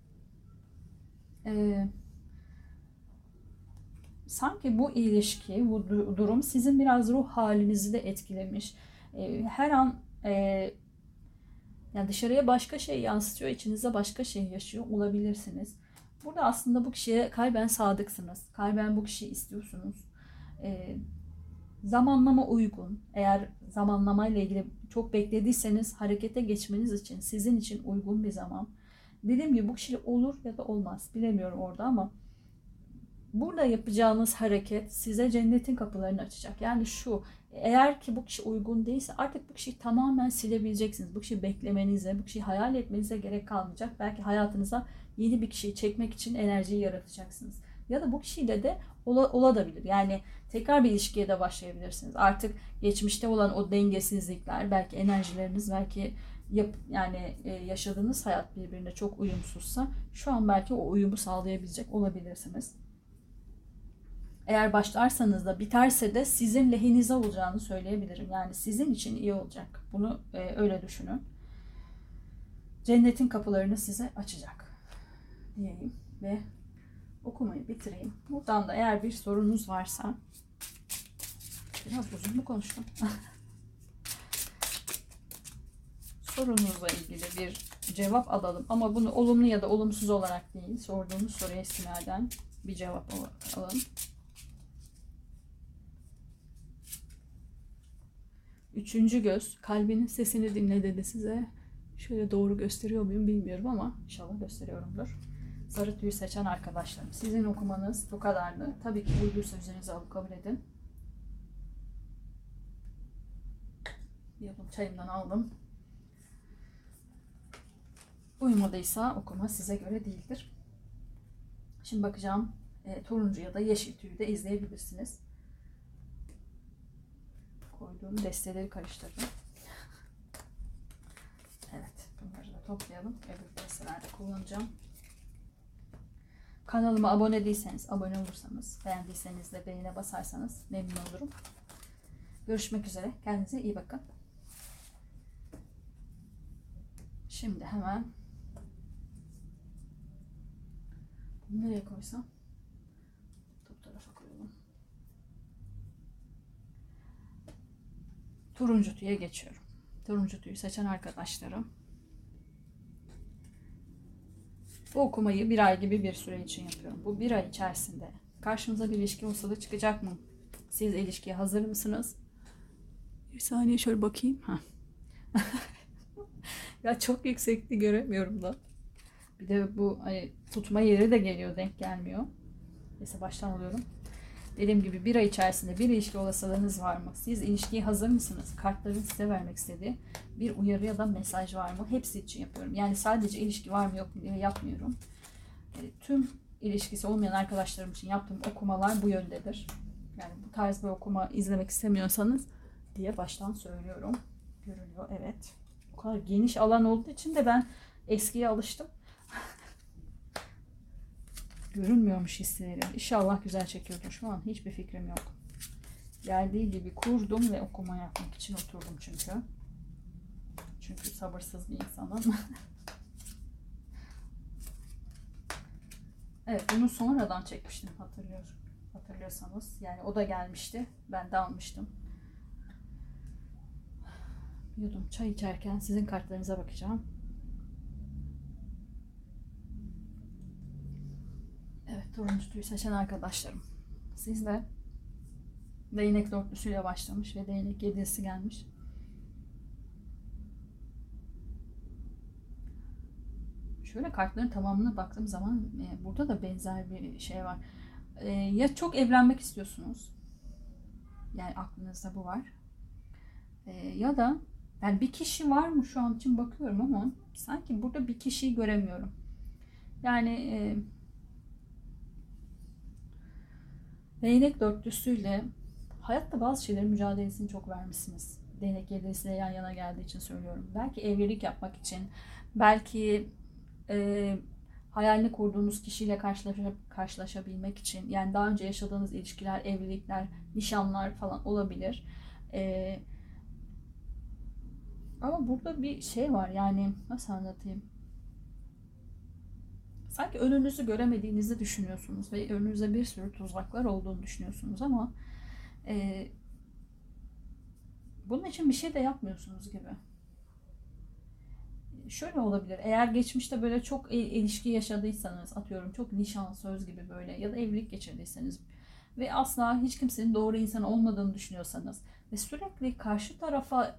Sanki bu ilişki, bu durum sizin biraz ruh halinizi de etkilemiş. Her an yani dışarıya başka şey yansıtıyor, içinizde başka şey yaşıyor olabilirsiniz. Burada aslında bu kişiye kalben sadıksınız. Kalben bu kişiyi istiyorsunuz. Zamanlama uygun. Eğer zamanlamayla ilgili çok beklediyseniz harekete geçmeniz için sizin için uygun bir zaman. Dediğim gibi bu kişi olur ya da olmaz. Bilemiyorum orada ama burada yapacağınız hareket size cennetin kapılarını açacak. Yani şu, eğer ki bu kişi uygun değilse artık bu kişiyi tamamen silebileceksiniz. Bu kişiyi beklemenize, bu kişiyi hayal etmenize gerek kalmayacak. Belki hayatınıza yeni bir kişiyi çekmek için enerjiyi yaratacaksınız. Ya da bu kişiyle de olabilir. Yani tekrar bir ilişkiye de başlayabilirsiniz. Artık geçmişte olan o dengesizlikler, belki enerjileriniz, belki yaşadığınız hayat birbirine çok uyumsuzsa şu an belki o uyumu sağlayabilecek olabilirsiniz. Eğer başlarsanız da biterse de sizin lehinize olacağını söyleyebilirim. Yani sizin için iyi olacak. Bunu öyle düşünün. Cennetin kapılarını size açacak diyeyim ve okumayı bitireyim. Buradan da eğer bir sorunuz varsa, biraz uzun mu konuştum? Sorunuzla ilgili bir cevap alalım. Ama bunu olumlu ya da olumsuz olarak değil, sorduğunuz soruya istinaden bir cevap alalım. Üçüncü göz, kalbinin sesini dinle dedi size. Şöyle doğru gösteriyor muyum bilmiyorum ama inşallah gösteriyorumdur. Sarı tüyü seçen arkadaşlarım, sizin okumanız bu kadardı. Tabii ki uyduysa üzerinize alıp kabul edin. Yapım çayımdan aldım. Uymadıysa okuma size göre değildir. Şimdi bakacağım, turuncu ya da yeşil tüyü de izleyebilirsiniz. Koyduğum desteleri karıştırdım. Evet, bunları da toplayalım. Öbür destelerde kullanacağım. Kanalıma abone değilseniz, abone olursanız, beğendiyseniz de beğene basarsanız memnun olurum. Görüşmek üzere. Kendinize iyi bakın. Şimdi hemen bunu nereye koysam? Bu tarafa koyalım. Turuncu tüye geçiyorum. Turuncu tüyü seçen arkadaşlarım, bu okumayı 1 ay gibi bir süre için yapıyorum. Bu 1 ay içerisinde karşımıza bir ilişki olsa da çıkacak mı? Siz ilişkiye hazır mısınız? Bir saniye şöyle bakayım. Ya çok yüksekti, göremiyorum da. Bir de bu hani tutma yeri de geliyor, denk gelmiyor. Neyse baştan alıyorum. Dediğim gibi 1 ay içerisinde bir ilişki olasılığınız var mı? Siz ilişkiye hazır mısınız? Kartların size vermek istediği bir uyarı ya da mesaj var mı? Hepsi için yapıyorum. Yani sadece ilişki var mı yok mu diye yapmıyorum. Tüm ilişkisi olmayan arkadaşlarım için yaptığım okumalar bu yöndedir. Yani bu tarz bir okuma izlemek istemiyorsanız diye baştan söylüyorum. Görülüyor, evet. O kadar geniş alan olduğu için de ben eskiye alıştım. Görünmüyormuş hissediyorum. İnşallah güzel çekiyordur. Şu an hiçbir fikrim yok. Geldiği gibi kurdum ve okuma yapmak için oturdum çünkü. Çünkü sabırsız bir insanım. Evet, bunu sonradan çekmiştim, hatırlıyorsanız. Yani o da gelmişti. Ben de almıştım. Yudum çay içerken sizin kartlarınıza bakacağım. Evet, turuncu tüyü seçen arkadaşlarım, siz de değnek dörtlüsüyle başlamış ve değnek 7'si gelmiş. Şöyle kartların tamamına baktığım zaman burada da benzer bir şey var. Ya çok evlenmek istiyorsunuz, yani aklınızda bu var, ya da yani bir kişi var mı şu an için bakıyorum ama sanki burada bir kişiyi göremiyorum. Yani değnek dörtlüsüyle hayatta bazı şeylerin mücadelesini çok vermişsiniz. Değnek yedilisiyle yan yana geldiği için söylüyorum. Belki evlilik yapmak için, belki hayalini kurduğunuz kişiyle karşılaşabilmek için. Yani daha önce yaşadığınız ilişkiler, evlilikler, nişanlar falan olabilir. Ama burada bir şey var, yani nasıl anlatayım? Sanki önünüzü göremediğinizi düşünüyorsunuz ve önünüzde bir sürü tuzaklar olduğunu düşünüyorsunuz ama bunun için bir şey de yapmıyorsunuz gibi. Şöyle olabilir, eğer geçmişte böyle çok ilişki yaşadıysanız, atıyorum çok nişan, söz gibi böyle, ya da evlilik geçirdiyseniz ve asla hiç kimsenin doğru insan olmadığını düşünüyorsanız ve sürekli karşı tarafa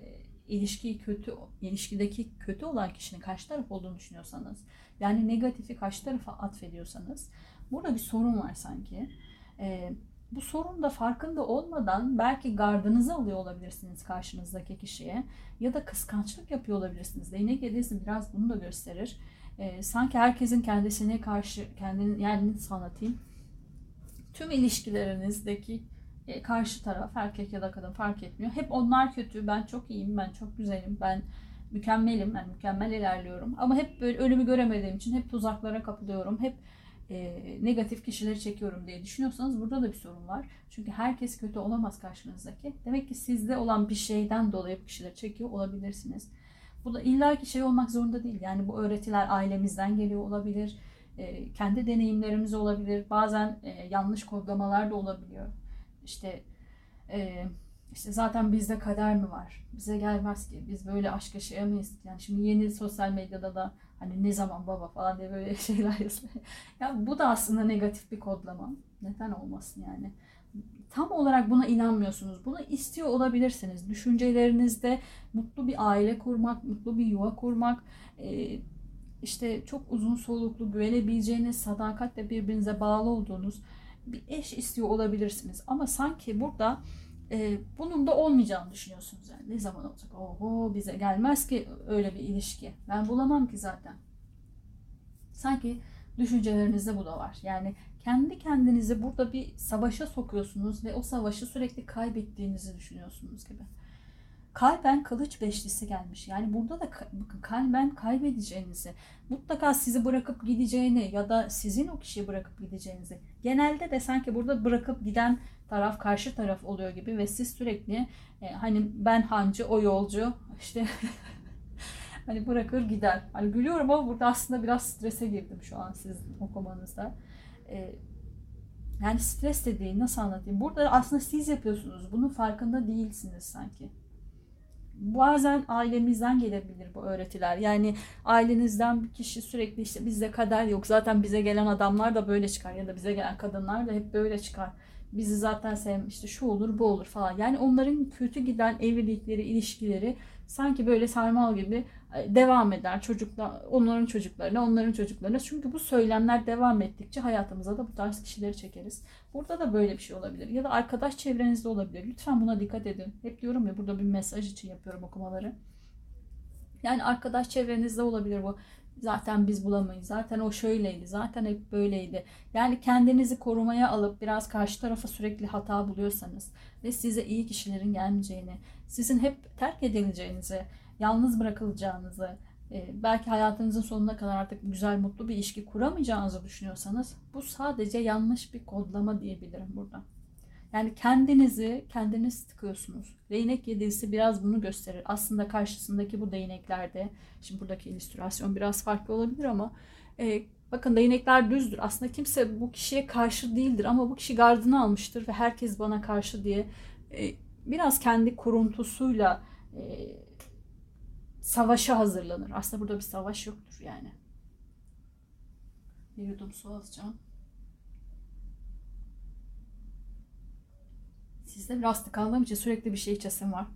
ilişkideki kötü olan kişinin karşı taraf olduğunu düşünüyorsanız, yani negatifi karşı tarafa atfediyorsanız, burada bir sorun var sanki. Bu sorun da farkında olmadan belki gardınızı alıyor olabilirsiniz karşınızdaki kişiye, ya da kıskançlık yapıyor olabilirsiniz. Değnek yedisi biraz bunu da gösterir. Sanki herkesin kendisine karşı, yani nasıl anlatayım, tüm ilişkilerinizdeki karşı taraf, erkek ya da kadın fark etmiyor, hep onlar kötü, ben çok iyiyim, ben çok güzelim, ben mükemmelim, ben mükemmel ilerliyorum. Ama hep böyle önümü göremediğim için hep tuzaklara kapılıyorum, hep negatif kişileri çekiyorum diye düşünüyorsanız burada da bir sorun var. Çünkü herkes kötü olamaz karşınızdaki. Demek ki sizde olan bir şeyden dolayı bu kişileri çekiyor olabilirsiniz. Bu da illaki şey olmak zorunda değil. Yani bu öğretiler ailemizden geliyor olabilir. Kendi deneyimlerimiz olabilir. Bazen yanlış kodlamalar da olabiliyor. İşte işte zaten bizde kader mi var? Bize gelmez ki. Biz böyle aşk yaşayamayız. Yani şimdi yeni sosyal medyada da hani ne zaman baba falan diye böyle şeyler yazıyor. Ya bu da aslında negatif bir kodlama. Neden olmasın yani? Tam olarak buna inanmıyorsunuz. Bunu istiyor olabilirsiniz. Düşüncelerinizde mutlu bir aile kurmak, mutlu bir yuva kurmak, işte çok uzun soluklu, güvenebileceğiniz, sadakatle birbirinize bağlı olduğunuz bir eş istiyor olabilirsiniz. Ama sanki burada bunun da olmayacağını düşünüyorsunuz. Yani ne zaman olacak? Oho, bize gelmez ki öyle bir ilişki. Ben bulamam ki zaten. Sanki düşüncelerinizde bu da var. Yani kendi kendinizi burada bir savaşa sokuyorsunuz ve o savaşı sürekli kaybettiğinizi düşünüyorsunuz gibi. Kalben kılıç beşlisi gelmiş. Yani burada da bakın, kalben kaybedeceğinizi, mutlaka sizi bırakıp gideceğini ya da sizin o kişiyi bırakıp gideceğinizi, genelde de sanki burada bırakıp giden taraf karşı taraf oluyor gibi ve siz sürekli hani ben hancı, o yolcu, işte Hani bırakır gider. Hani gülüyorum ama burada aslında biraz strese girdim şu an siz okumanızda. Yani stres dediğin nasıl anlatayım? Burada aslında siz yapıyorsunuz. Bunun farkında değilsiniz sanki. Bazen ailemizden gelebilir bu öğretiler. Yani ailenizden bir kişi sürekli işte bizde kader yok. Zaten bize gelen adamlar da böyle çıkar ya da bize gelen kadınlar da hep böyle çıkar. Bizi zaten sevmişti, şu olur bu olur falan. Yani onların kötü giden evlilikleri, ilişkileri sanki böyle sarmal gibi devam eder. Çocuklar, onların çocuklarına. Çünkü bu söylemler devam ettikçe hayatımıza da bu tarz kişileri çekeriz. Burada da böyle bir şey olabilir. Ya da arkadaş çevrenizde olabilir. Lütfen buna dikkat edin. Hep diyorum ya, burada bir mesaj için yapıyorum okumaları. Yani arkadaş çevrenizde olabilir bu. Zaten biz bulamayız. Zaten o şöyleydi. Zaten hep böyleydi. Yani kendinizi korumaya alıp biraz karşı tarafa sürekli hata buluyorsanız ve size iyi kişilerin gelmeyeceğini, sizin hep terk edileceğinizi, yalnız bırakılacağınızı, belki hayatınızın sonuna kadar artık güzel, mutlu bir ilişki kuramayacağınızı düşünüyorsanız bu sadece yanlış bir kodlama diyebilirim burada. Yani kendiniz tıkıyorsunuz. Değnek yedilisi biraz bunu gösterir. Aslında karşısındaki bu değneklerde, şimdi buradaki illüstrasyon biraz farklı olabilir ama bakın değnekler düzdür. Aslında kimse bu kişiye karşı değildir ama bu kişi gardını almıştır ve herkes bana karşı diye biraz kendi kuruntusuyla savaşa hazırlanır. Aslında burada bir savaş yoktur yani. Bir yudum su alacağım. Sizde biraz tıkandığım için sürekli bir şey içesim var.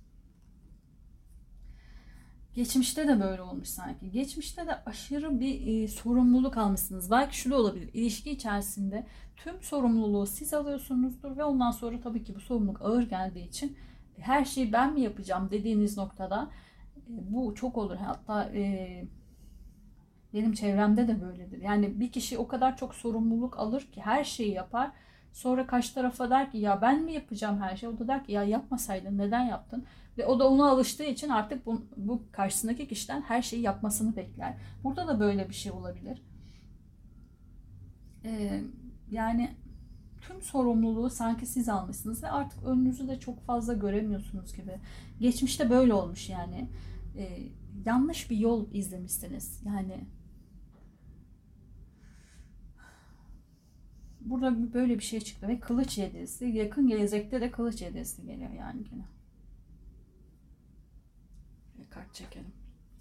Geçmişte de böyle olmuş sanki. Geçmişte de aşırı bir sorumluluk almışsınız. Belki şu da olabilir. İlişki içerisinde tüm sorumluluğu siz alıyorsunuzdur ve ondan sonra tabii ki bu sorumluluk ağır geldiği için her şeyi ben mi yapacağım dediğiniz noktada bu çok olur. Hatta benim çevremde de böyledir. Yani bir kişi o kadar çok sorumluluk alır ki her şeyi yapar. Sonra karşı tarafa der ki ya ben mi yapacağım her şeyi? O da der ki ya yapmasaydın, neden yaptın? Ve o da ona alıştığı için artık bu karşısındaki kişiden her şeyi yapmasını bekler. Burada da böyle bir şey olabilir. Yani tüm sorumluluğu sanki siz almışsınız ve artık önünüzü de çok fazla göremiyorsunuz gibi. Geçmişte böyle olmuş yani. Yanlış bir yol izlemişsiniz. Yani burada böyle bir şey çıktı ve kılıç yedisi. Yakın gelecekte de kılıç yedisi geliyor yani yine. Bir kart çekelim.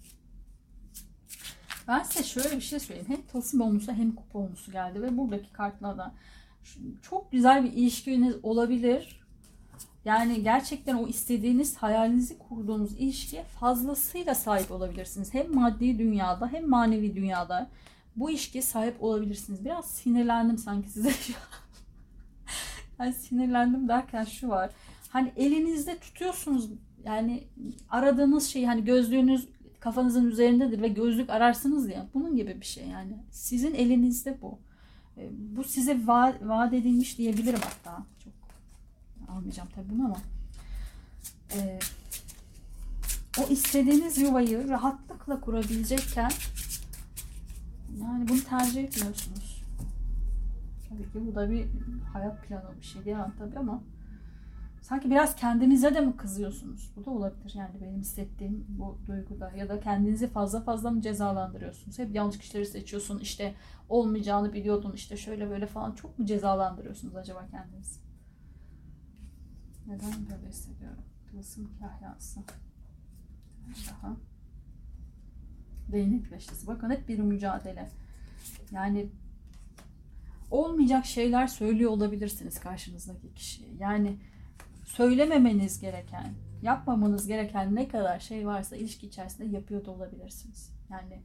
Ben size şöyle bir şey söyleyeyim. Hem tılsım olmuşsa hem kupa olmuşsu geldi ve buradaki kartlarda çok güzel bir ilişkiniz olabilir. Yani gerçekten o istediğiniz, hayalinizi kurduğunuz ilişkiye fazlasıyla sahip olabilirsiniz. Hem maddi dünyada hem manevi dünyada bu ilişkiye sahip olabilirsiniz. Biraz sinirlendim sanki size. Yani sinirlendim derken şu var. Hani elinizde tutuyorsunuz. Yani aradığınız şey, hani gözlüğünüz kafanızın üzerindedir ve gözlük ararsınız ya. Bunun gibi bir şey yani. Sizin elinizde bu. Bu size vaat edilmiş diyebilirim hatta. Çok almayacağım tabii bunu ama. O istediğiniz yuvayı rahatlıkla kurabilecekken yani bunu tercih etmiyorsunuz. Tabii ki bu da bir hayat planı, bir şey diyemem tabii ama sanki biraz kendinize de mi kızıyorsunuz? Bu da olabilir yani benim hissettiğim bu duyguda. Ya da kendinizi fazla mı cezalandırıyorsunuz? Hep yanlış kişileri seçiyorsun, işte olmayacağını biliyordun, işte şöyle böyle falan, çok mu cezalandırıyorsunuz acaba kendinizi? Neden böyle hissediyorum? Tılsım kahyası. Daha. Değnek beşlisi. Bakın hep bir mücadele. Yani olmayacak şeyler söylüyor olabilirsiniz karşınızdaki kişiye. Yani söylememeniz gereken, yapmamanız gereken ne kadar şey varsa ilişki içerisinde yapıyor da olabilirsiniz. Yani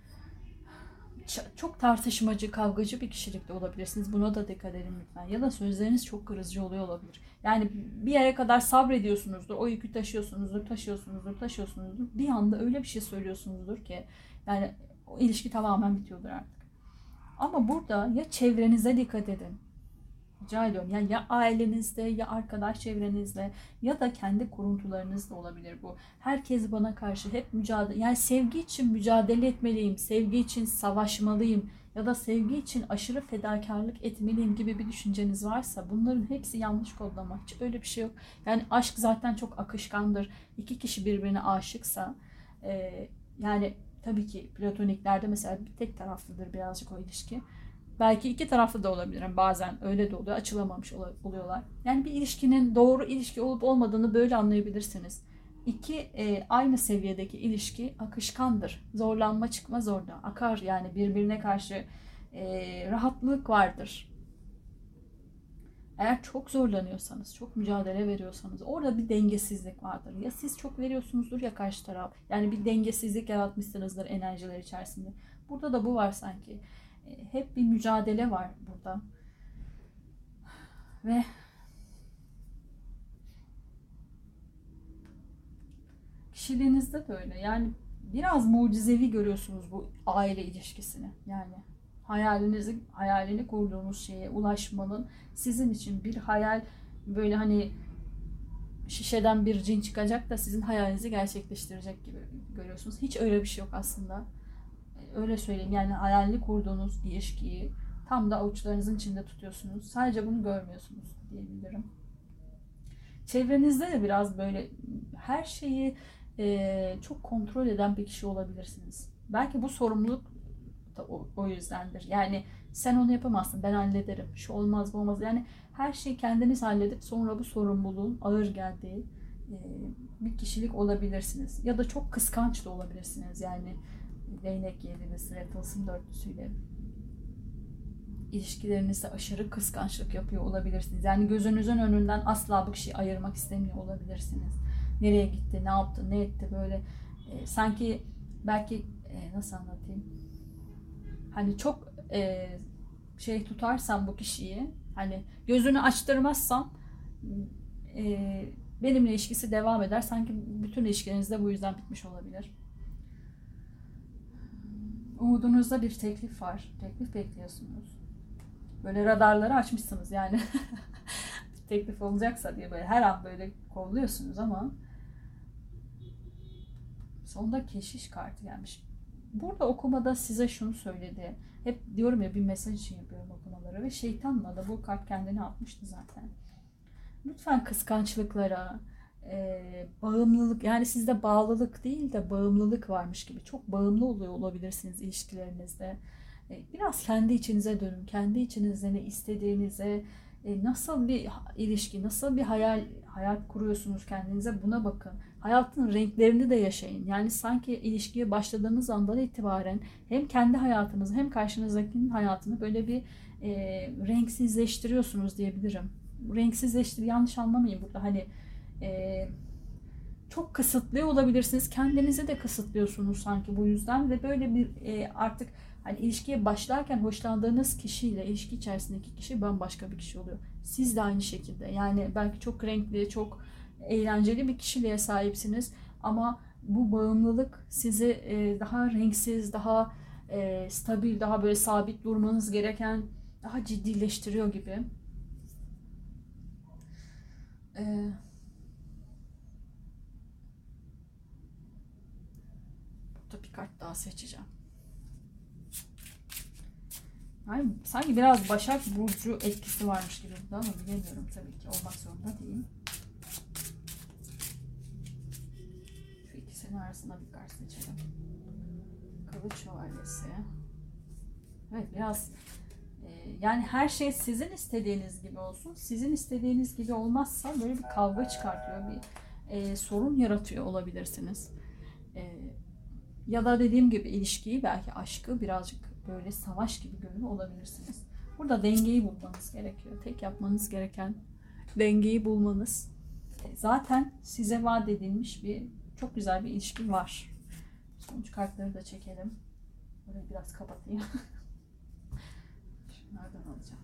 çok tartışmacı, kavgacı bir kişilikte olabilirsiniz. Buna da dikkat edin lütfen. Ya da sözleriniz çok kırıcı oluyor olabilir. Yani bir yere kadar sabrediyorsunuzdur, o yükü taşıyorsunuzdur. Bir anda öyle bir şey söylüyorsunuzdur ki yani o ilişki tamamen bitiyordur artık. Ama burada ya çevrenize dikkat edin. Rica ediyorum. Yani ya ailenizde, ya arkadaş çevrenizde, ya da kendi kuruntularınızda olabilir bu. Herkes bana karşı hep mücadele, yani sevgi için mücadele etmeliyim, sevgi için savaşmalıyım ya da sevgi için aşırı fedakarlık etmeliyim gibi bir düşünceniz varsa bunların hepsi yanlış kodlama. Hiç öyle bir şey yok. Yani aşk zaten çok akışkandır. İki kişi birbirine aşıksa Yani tabii ki platoniklerde mesela bir tek taraflıdır birazcık o ilişki. Belki iki taraflı da olabilir. Yani bazen öyle de oluyor. Açılamamış oluyorlar. Yani bir ilişkinin doğru ilişki olup olmadığını böyle anlayabilirsiniz. İki aynı seviyedeki ilişki akışkandır. Zorlanma çıkmaz orada. Akar yani birbirine karşı rahatlık vardır. Eğer çok zorlanıyorsanız, çok mücadele veriyorsanız orada bir dengesizlik vardır. Ya siz çok veriyorsunuzdur ya karşı taraf. Yani bir dengesizlik yaratmışsınızdır enerjiler içerisinde. Burada da bu var sanki. Hep bir mücadele var burada. Ve kişiliğinizde de öyle. Yani biraz mucizevi görüyorsunuz bu aile ilişkisini. Yani hayalini kurduğunuz şeye ulaşmanın sizin için bir hayal, böyle hani şişeden bir cin çıkacak da sizin hayalinizi gerçekleştirecek gibi görüyorsunuz. Hiç öyle bir şey yok aslında. Öyle söyleyeyim, yani hayalini kurduğunuz ilişkiyi tam da avuçlarınızın içinde tutuyorsunuz. Sadece bunu görmüyorsunuz diyebilirim. Çevrenizde de biraz böyle her şeyi çok kontrol eden bir kişi olabilirsiniz. Belki bu sorumluluk da o yüzdendir. Yani sen onu yapamazsın, ben hallederim. Şu olmaz, bu olmaz. Yani her şeyi kendiniz halledip sonra bu sorumluluğun ağır geldiği bir kişilik olabilirsiniz. Ya da çok kıskanç da olabilirsiniz. Yani değnek yedilisi ve tılsım dörtlüsüyle ilişkilerinizde aşırı kıskançlık yapıyor olabilirsiniz. Yani gözünüzün önünden asla bu kişiyi ayırmak istemiyor olabilirsiniz. Nereye gitti, ne yaptı, ne etti, böyle sanki belki nasıl anlatayım? Hani çok şey tutarsam bu kişiyi, hani gözünü açtırmazsam benimle ilişkisi devam eder. Sanki bütün ilişkileriniz de bu yüzden bitmiş olabilir. Umudunuzda bir teklif var. Teklif bekliyorsunuz. Böyle radarları açmışsınız yani. Teklif olacaksa diye böyle her an böyle kolluyorsunuz ama sonunda keşiş kartı gelmiş. Burada okumada size şunu söyledi. Hep diyorum ya, bir mesaj için yapıyorum okumaları ve şeytanla da bu kart kendini atmıştı zaten. Lütfen kıskançlıklara, bağımlılık, yani sizde bağlılık değil de bağımlılık varmış gibi çok bağımlı oluyor olabilirsiniz ilişkilerinizde. Biraz kendi içinize dönün. Kendi içinizde ne istediğinize, nasıl bir ilişki, nasıl bir hayat kuruyorsunuz kendinize, buna bakın. Hayatın renklerini de yaşayın. Yani sanki ilişkiye başladığınız andan itibaren hem kendi hayatınızı hem karşınızdakinin hayatını böyle bir renksizleştiriyorsunuz diyebilirim. Renksizleştir, yanlış anlamayın burada, hani çok kısıtlıyor olabilirsiniz. Kendinizi de kısıtlıyorsunuz sanki bu yüzden ve böyle bir artık hani ilişkiye başlarken hoşlandığınız kişiyle ilişki içerisindeki kişi bambaşka bir kişi oluyor. Siz de aynı şekilde. Yani belki çok renkli, çok eğlenceli bir kişiliğe sahipsiniz ama bu bağımlılık sizi daha renksiz, daha stabil, daha böyle sabit durmanız gereken, daha ciddileştiriyor gibi. Burada bir kart daha seçeceğim. Yani sanki biraz Başak Burcu etkisi varmış gibi burada ama bilemiyorum, tabii ki olmak zorunda değil. Şu ikisinin arasında bir kart seçelim. Kılıç Şövalyesi. Evet, biraz yani her şey sizin istediğiniz gibi olsun. Sizin istediğiniz gibi olmazsa böyle bir kavga çıkartıyor, bir sorun yaratıyor olabilirsiniz. Ya da dediğim gibi ilişkiyi, belki aşkı birazcık böyle savaş gibi görüyor olabilirsiniz. Burada dengeyi bulmanız gerekiyor. Tek yapmanız gereken dengeyi bulmanız. Zaten size vaat edilmiş bir çok güzel bir ilişki var. Sonuç kartları da çekelim. Burayı biraz kapatayım. Şunlardan alacağım.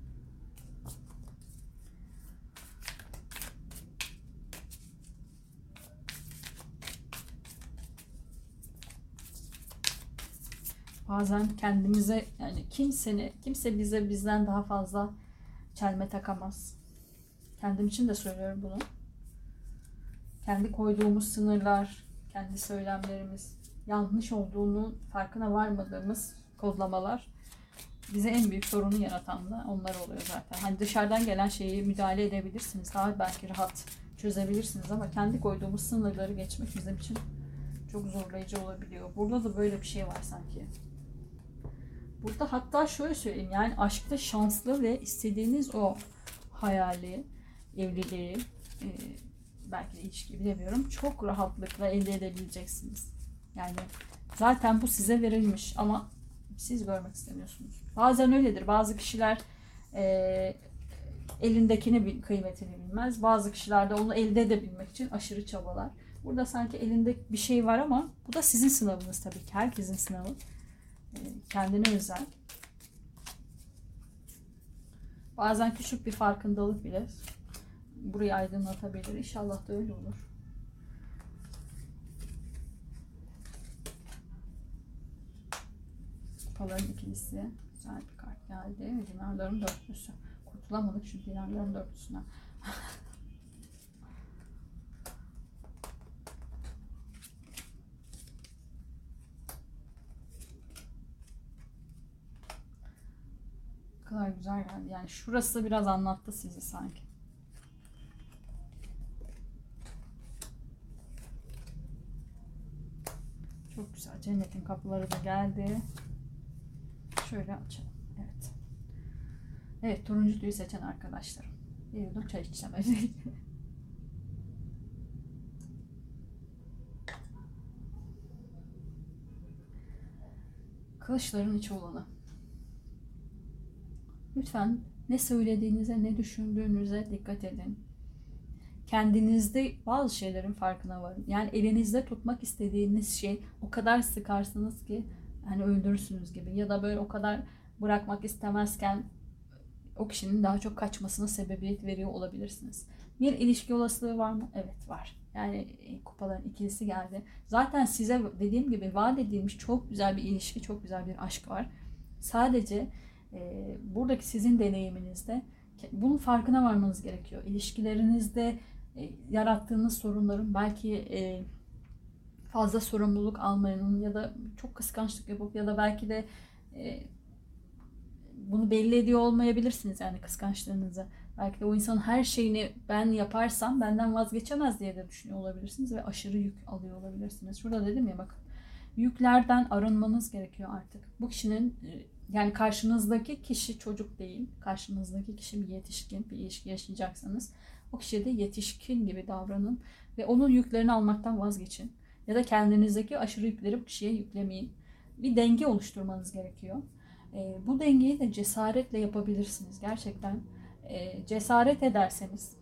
Bazen kendimize, yani kimse bize bizden daha fazla çelme takamaz. Kendim için de söylüyorum bunu. Kendi koyduğumuz sınırlar, kendi söylemlerimiz, yanlış olduğunu farkına varmadığımız kodlamalar bize en büyük sorunu yaratan da onlar oluyor zaten. Hani dışarıdan gelen şeyi müdahale edebilirsiniz, daha belki rahat çözebilirsiniz ama kendi koyduğumuz sınırları geçmek bizim için çok zorlayıcı olabiliyor. Burada da böyle bir şey var sanki. Burada hatta şöyle söyleyeyim, yani aşkta şanslı ve istediğiniz o hayali, evliliği, belki de ilişki bilemiyorum, çok rahatlıkla elde edebileceksiniz. Yani zaten bu size verilmiş ama siz görmek istemiyorsunuz. Bazen öyledir. Bazı kişiler elindekini kıymetini bilmez. Bazı kişiler de onu elde edebilmek için aşırı çabalar. Burada sanki elinde bir şey var ama bu da sizin sınavınız tabii ki. Herkesin sınavı. Kendine özel. Bazen küçük bir farkındalık bile burayı aydınlatabilir. İnşallah da öyle olur. Kupaların ikilisi. Güzel bir kart geldi. Dinarların dörtlüsü. Kurtulamadık şu dinarların dörtlüsünden. Ne kadar güzel geldi. Yani şurası biraz anlattı sizi sanki. Çok güzel. Cennetin kapıları da geldi. Şöyle açalım. Evet. Evet, turuncu tüyü seçen arkadaşlarım. Bir yudum çay içeceğim özellikle. Kılıçların içi olanı. Lütfen ne söylediğinize, ne düşündüğünüze dikkat edin. Kendinizde bazı şeylerin farkına varın. Yani elinizde tutmak istediğiniz şey o kadar sıkarsınız ki hani öldürürsünüz gibi. Ya da böyle o kadar bırakmak istemezken o kişinin daha çok kaçmasına sebebiyet veriyor olabilirsiniz. Bir ilişki olasılığı var mı? Evet, var. Yani kupaların ikilisi geldi. Zaten size dediğim gibi vaat edilmiş çok güzel bir ilişki, çok güzel bir aşk var. Sadece buradaki sizin deneyiminizde bunun farkına varmanız gerekiyor. İlişkilerinizde yarattığınız sorunların belki fazla sorumluluk almanın ya da çok kıskançlık yapıp ya da belki de bunu belli ediyor olmayabilirsiniz yani kıskançlığınızı. Belki de o insanın her şeyini ben yaparsam benden vazgeçemez diye de düşünüyor olabilirsiniz ve aşırı yük alıyor olabilirsiniz. Şurada dedim ya, bakın, yüklerden arınmanız gerekiyor artık. Bu kişinin yani karşınızdaki kişi çocuk değil. Karşınızdaki kişi bir yetişkin, bir ilişki yaşayacaksanız o kişiye de yetişkin gibi davranın ve onun yüklerini almaktan vazgeçin. Ya da kendinizdeki aşırı yükleri bu kişiye yüklemeyin. Bir denge oluşturmanız gerekiyor. Bu dengeyi de cesaretle yapabilirsiniz. Gerçekten cesaret ederseniz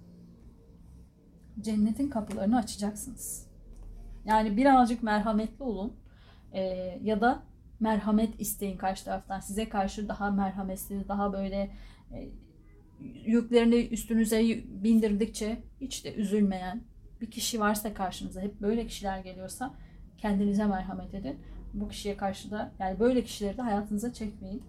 cennetin kapılarını açacaksınız. Yani birazcık merhametli olun ya da merhamet isteyin karşı taraftan. Size karşı daha merhametsiz, daha böyle yüklerini üstünüze bindirdikçe hiç de üzülmeyen bir kişi varsa karşınıza, hep böyle kişiler geliyorsa kendinize merhamet edin. Bu kişiye karşı da yani böyle kişileri de hayatınıza çekmeyin.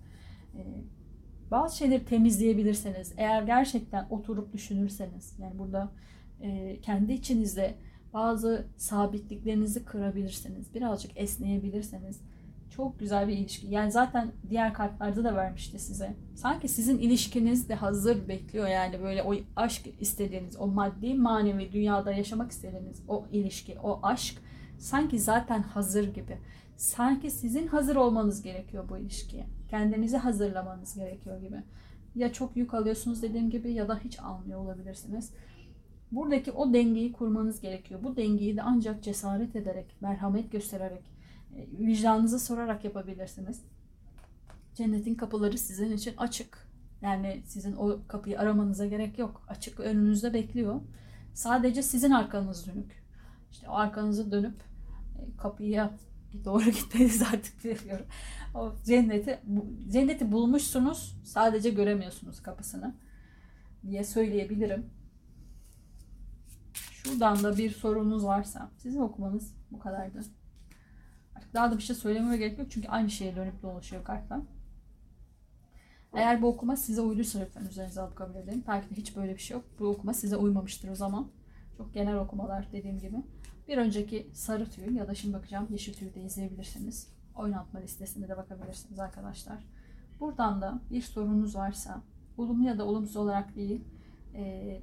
Bazı şeyleri temizleyebilirseniz, eğer gerçekten oturup düşünürseniz, yani burada kendi içinizde bazı sabitliklerinizi kırabilirsiniz, birazcık esneyebilirseniz çok güzel bir ilişki. Yani zaten diğer kartlarda da vermişti size. Sanki sizin ilişkiniz de hazır bekliyor, yani böyle o aşk istediğiniz, o maddi manevi dünyada yaşamak istediğiniz o ilişki, o aşk sanki zaten hazır gibi. Sanki sizin hazır olmanız gerekiyor bu ilişkiye. Kendinizi hazırlamanız gerekiyor gibi. Ya çok yük alıyorsunuz dediğim gibi ya da hiç almıyor olabilirsiniz. Buradaki o dengeyi kurmanız gerekiyor. Bu dengeyi de ancak cesaret ederek, merhamet göstererek, vicdanınızı sorarak yapabilirsiniz. Cennetin kapıları sizin için açık. Yani sizin o kapıyı aramanıza gerek yok. Açık, önünüzde bekliyor. Sadece sizin arkanız dönük. İşte o arkanızı dönüp kapıya doğru gitmeniz artık biliyorum. O cenneti bulmuşsunuz, sadece göremiyorsunuz kapısını diye söyleyebilirim. Şuradan da bir sorunuz varsa sizin okumanız bu kadardı. Artık daha da bir şey söylememe gerek yok çünkü aynı şeye dönüp dolaşıyor kartlar. Eğer bu okuma size uyduysa lütfen üzerinize alıp kabul edin. Belki de hiç böyle bir şey yok. Bu okuma size uymamıştır o zaman. Çok genel okumalar dediğim gibi. Bir önceki sarı tüy ya da şimdi bakacağım yeşil tüyü de izleyebilirsiniz. Oynatma listesinde de bakabilirsiniz arkadaşlar. Buradan da bir sorunuz varsa olumlu ya da olumsuz olarak değil,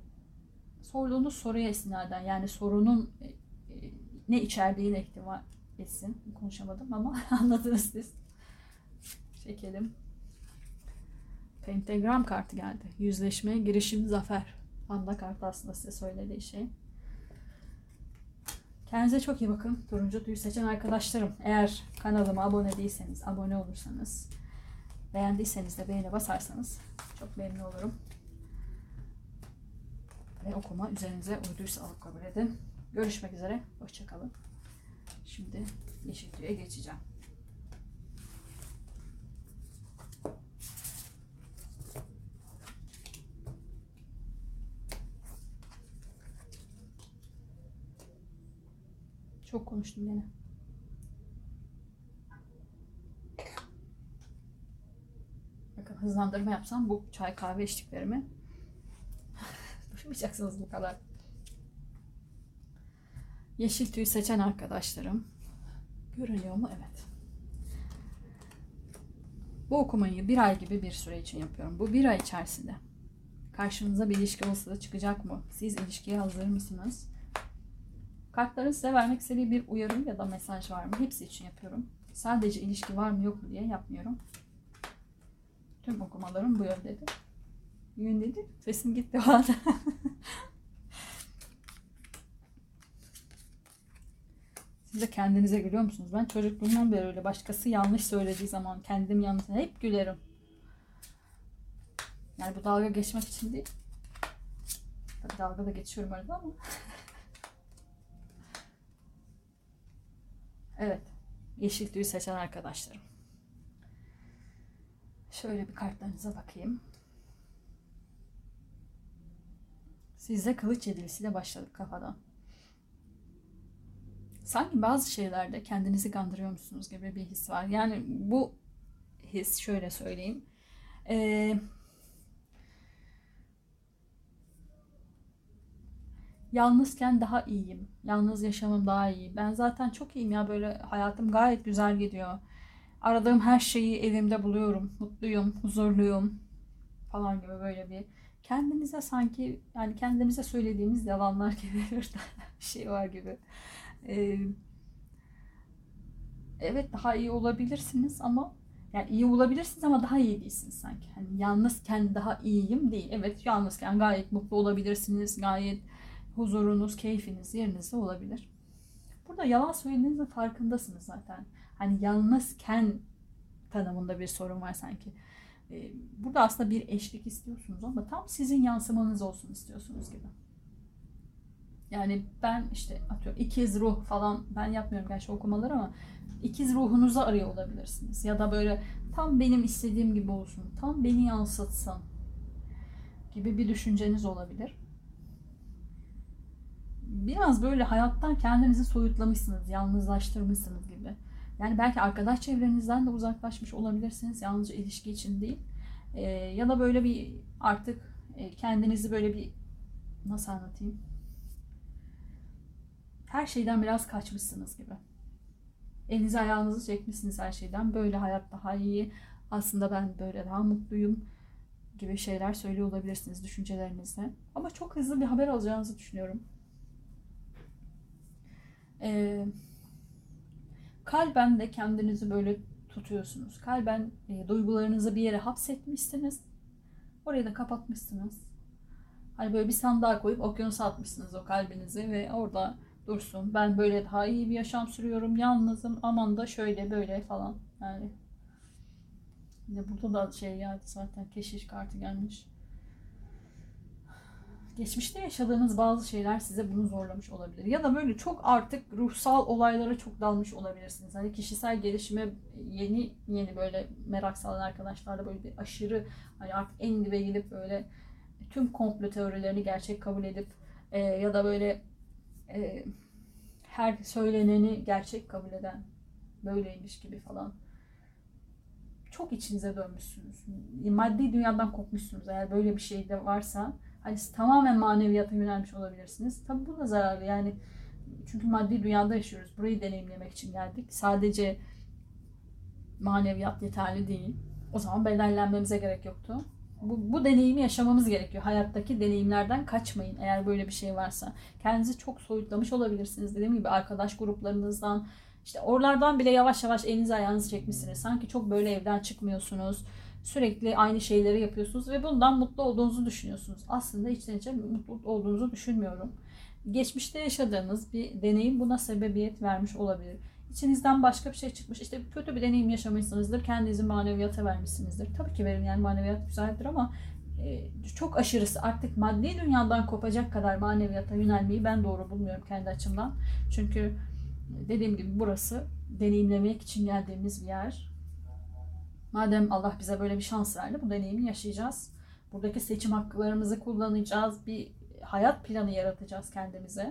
sorduğunuz soruya istinaden, yani sorunun ne içerdiğine etsin. Konuşamadım ama anladınız siz. Çekelim. Pentagram kartı geldi. Yüzleşme, girişim, zafer. Panda kartı aslında size söylediği şey. Kendinize çok iyi bakın. Turuncu tüyü seçen arkadaşlarım. Eğer kanalıma abone değilseniz, abone olursanız, beğendiyseniz de beğene basarsanız çok memnun olurum. Ve okuma üzerinize uyduysa alıp kabul edin. Görüşmek üzere. Hoşçakalın. Şimdi yeşil tüye geçeceğim. Çok konuştum yine. Bakın hızlandırma yapsam bu çay kahve içtiklerimi duymayacaksınız bu kadar. Yeşil tüyü seçen arkadaşlarım. Görünüyor mu? Evet. Bu okumayı bir ay gibi bir süre için yapıyorum. Bu bir ay içerisinde karşınıza bir ilişki olsa da çıkacak mı? Siz ilişkiye hazır mısınız? Kartların size vermek istediği bir uyarı ya da mesaj var mı? Hepsi için yapıyorum. Sadece ilişki var mı yok mu diye yapmıyorum. Tüm okumalarım bu yöndedir. Yöndedir. Sesim gitti o anda. Siz de kendinize gülüyor musunuz? Ben çocukluğumdan beri öyle. Başkası yanlış söylediği zaman kendim yanlış hep gülerim. Yani bu dalga geçmek için değil. Tabii dalga da geçiyorum arada ama. Evet. Yeşil tüyü seçen arkadaşlarım. Şöyle bir kartlarınıza bakayım. Sizde kılıç yedilisiyle başladık kafadan. Sanki bazı şeylerde kendinizi kandırıyormuşsunuz gibi bir his var. Yani bu his şöyle söyleyeyim. Yalnızken daha iyiyim. Yalnız yaşamım daha iyi. Ben zaten çok iyiyim ya, böyle hayatım gayet güzel gidiyor. Aradığım her şeyi evimde buluyorum. Mutluyum, huzurluyum falan gibi böyle bir kendimize sanki yani kendimize söylediğimiz yalanlar gibi bir şey var gibi. Evet daha iyi olabilirsiniz ama yani iyi olabilirsiniz ama daha iyi değilsiniz sanki. Hani yalnızken daha iyiyim değil. Evet yalnızken gayet mutlu olabilirsiniz. Gayet huzurunuz, keyfiniz yerinizde olabilir. Burada yalan söylediğinizin farkındasınız zaten. Hani yalnızken tanımında bir sorun var sanki. Burada aslında bir eşlik istiyorsunuz ama tam sizin yansımanız olsun istiyorsunuz gibi. Yani ben işte atıyorum ikiz ruh falan ben yapmıyorum gerçi okumaları ama ikiz ruhunuzu arıyor olabilirsiniz. Ya da böyle tam benim istediğim gibi olsun, tam beni yansıtsın gibi bir düşünceniz olabilir. Biraz böyle hayattan kendinizi soyutlamışsınız, yalnızlaştırmışsınız gibi. Yani belki arkadaş çevrenizden de uzaklaşmış olabilirsiniz. Yalnızca ilişki için değil. Ya da böyle bir artık kendinizi böyle bir nasıl anlatayım? Her şeyden biraz kaçmışsınız gibi. Elinizi ayağınızı çekmişsiniz her şeyden. Böyle hayat daha iyi. Aslında ben böyle daha mutluyum gibi şeyler söylüyor olabilirsiniz düşüncelerinizde. Ama çok hızlı bir haber alacağınızı düşünüyorum. Kalben de kendinizi böyle tutuyorsunuz. Kalben duygularınızı bir yere hapsetmişsiniz. Orayı da kapatmışsınız. Hani böyle bir sandığa koyup okyanusa atmışsınız o kalbinizi ve orada dursun. Ben böyle daha iyi bir yaşam sürüyorum. Yalnızım. Aman da şöyle böyle falan. Yani yine burada da şey geldi zaten. Keşiş kartı gelmiş. Geçmişte yaşadığınız bazı şeyler size bunu zorlamış olabilir. Ya da böyle çok artık ruhsal olaylara çok dalmış olabilirsiniz. Hani kişisel gelişime yeni böyle merak salan arkadaşlarla böyle bir aşırı hani artık en dibe gelip böyle tüm komplo teorilerini gerçek kabul edip ya da böyle her söyleneni gerçek kabul eden böyleymiş gibi falan. Çok içinize dönmüşsünüz. Maddi dünyadan kopmuşsunuz eğer böyle bir şey de varsa. Hani tamamen maneviyata yönelmiş olabilirsiniz. Tabii bu da zararlı yani. Çünkü maddi dünyada yaşıyoruz. Burayı deneyimlemek için geldik. Sadece maneviyat yeterli değil. O zaman bedellenmemize gerek yoktu. Bu deneyimi yaşamamız gerekiyor. Hayattaki deneyimlerden kaçmayın eğer böyle bir şey varsa. Kendinizi çok soyutlamış olabilirsiniz. Dediğim gibi arkadaş gruplarınızdan, İşte oralardan bile yavaş yavaş elinizi ayağınızı çekmişsiniz. Sanki çok böyle evden çıkmıyorsunuz. Sürekli aynı şeyleri yapıyorsunuz ve bundan mutlu olduğunuzu düşünüyorsunuz. Aslında içten içe mutlu olduğunuzu düşünmüyorum. Geçmişte yaşadığınız bir deneyim buna sebebiyet vermiş olabilir. İçinizden başka bir şey çıkmış. İşte kötü bir deneyim yaşamışsınızdır. Kendinizi maneviyata vermişsinizdir. Tabii ki verin, yani maneviyat güzeldir ama çok aşırısı, artık maddi dünyadan kopacak kadar maneviyata yönelmeyi ben doğru bulmuyorum kendi açımdan. Çünkü dediğim gibi burası deneyimlemek için geldiğimiz bir yer. Madem Allah bize böyle bir şans verdi, bu deneyimi yaşayacağız. Buradaki seçim haklarımızı kullanacağız. Bir hayat planı yaratacağız kendimize.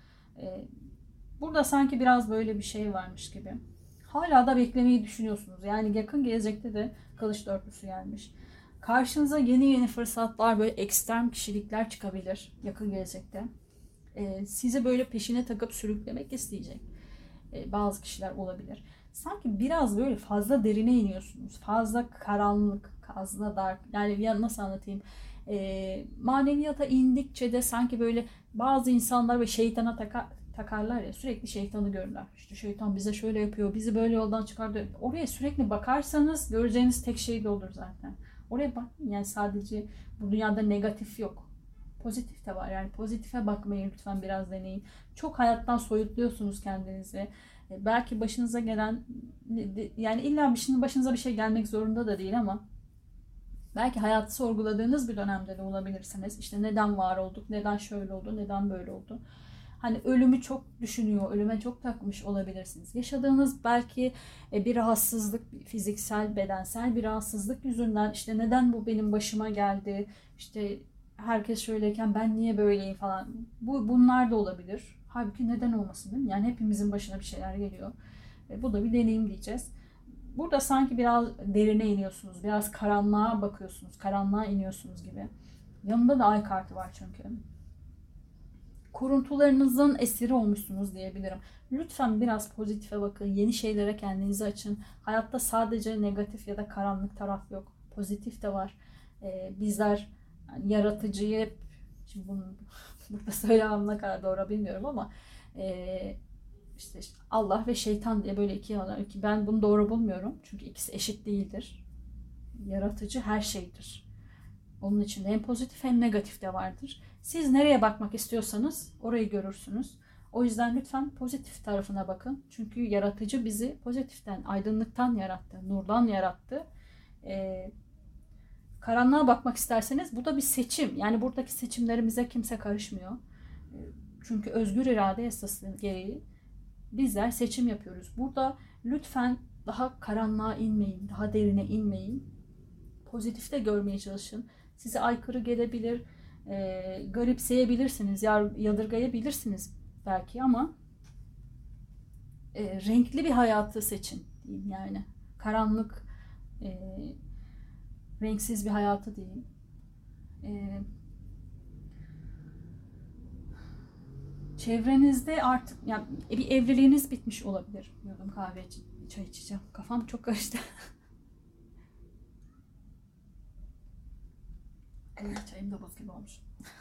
Burada sanki biraz böyle bir şey varmış gibi. Hala da beklemeyi düşünüyorsunuz. Yani yakın gelecekte de Kılıç Dörtlüsü gelmiş. Karşınıza yeni fırsatlar, böyle ekstrem kişilikler çıkabilir yakın gelecekte. Sizi böyle peşine takıp sürüklemek isteyecek bazı kişiler olabilir. Sanki biraz böyle fazla derine iniyorsunuz. Fazla karanlık, fazla dark. Yani nasıl anlatayım? Maneviyata indikçe de sanki böyle bazı insanlar ve şeytana takarlar ya, sürekli şeytanı görürler. İşte şeytan bize şöyle yapıyor, bizi böyle yoldan çıkardı. Oraya sürekli bakarsanız göreceğiniz tek şey de olur zaten. Oraya bakın, yani sadece bu dünyada negatif yok. Pozitif de var. Yani pozitife bakmayı lütfen biraz deneyin. Çok hayattan soyutluyorsunuz kendinizi. Belki başınıza gelen, yani illa başınıza bir şey gelmek zorunda da değil ama belki hayatı sorguladığınız bir dönemde de olabilirsiniz. İşte neden var olduk, neden şöyle oldu, neden böyle oldu. Hani ölümü çok düşünüyor, ölüme çok takmış olabilirsiniz. Yaşadığınız belki bir rahatsızlık, fiziksel, bedensel bir rahatsızlık yüzünden işte neden bu benim başıma geldi, işte herkes şöyleyken ben niye böyleyim falan. Bunlar da olabilir. Halbuki neden olmasın, değil mi? Yani hepimizin başına bir şeyler geliyor. Bu da bir deneyim diyeceğiz. Burada sanki biraz derine iniyorsunuz, biraz karanlığa bakıyorsunuz, karanlığa iniyorsunuz gibi. Yanında da ay kartı var çünkü. Kuruntularınızın esiri olmuşsunuz diyebilirim. Lütfen biraz pozitife bakın, yeni şeylere kendinizi açın. Hayatta sadece negatif ya da karanlık taraf yok. Pozitif de var. Bizler yani yaratıcıyı hep, şimdi bunu burada söylemem ne kadar doğru bilmiyorum ama işte Allah ve şeytan diye böyle iki var ki ben bunu doğru bulmuyorum. Çünkü ikisi eşit değildir. Yaratıcı her şeydir. Onun için hem pozitif hem negatif de vardır. Siz nereye bakmak istiyorsanız orayı görürsünüz. O yüzden lütfen pozitif tarafına bakın. Çünkü yaratıcı bizi pozitiften, aydınlıktan yarattı, nurdan yarattı. Karanlığa bakmak isterseniz bu da bir seçim. Yani buradaki seçimlerimize kimse karışmıyor. Çünkü özgür irade esası gereği bizler seçim yapıyoruz. Burada lütfen daha karanlığa inmeyin, daha derine inmeyin. Pozitifte görmeye çalışın. Size aykırı gelebilir, garipseyebilirsiniz, yadırgayabilirsiniz belki ama renkli bir hayatı seçin diyeyim yani. Karanlık, renksiz bir hayatı diyeyim. Çevrenizde artık yani bir evliliğiniz bitmiş olabilir. Diyordum kahve çay içeceğim. Kafam çok karıştı. Çayım da buz gibi olmuş.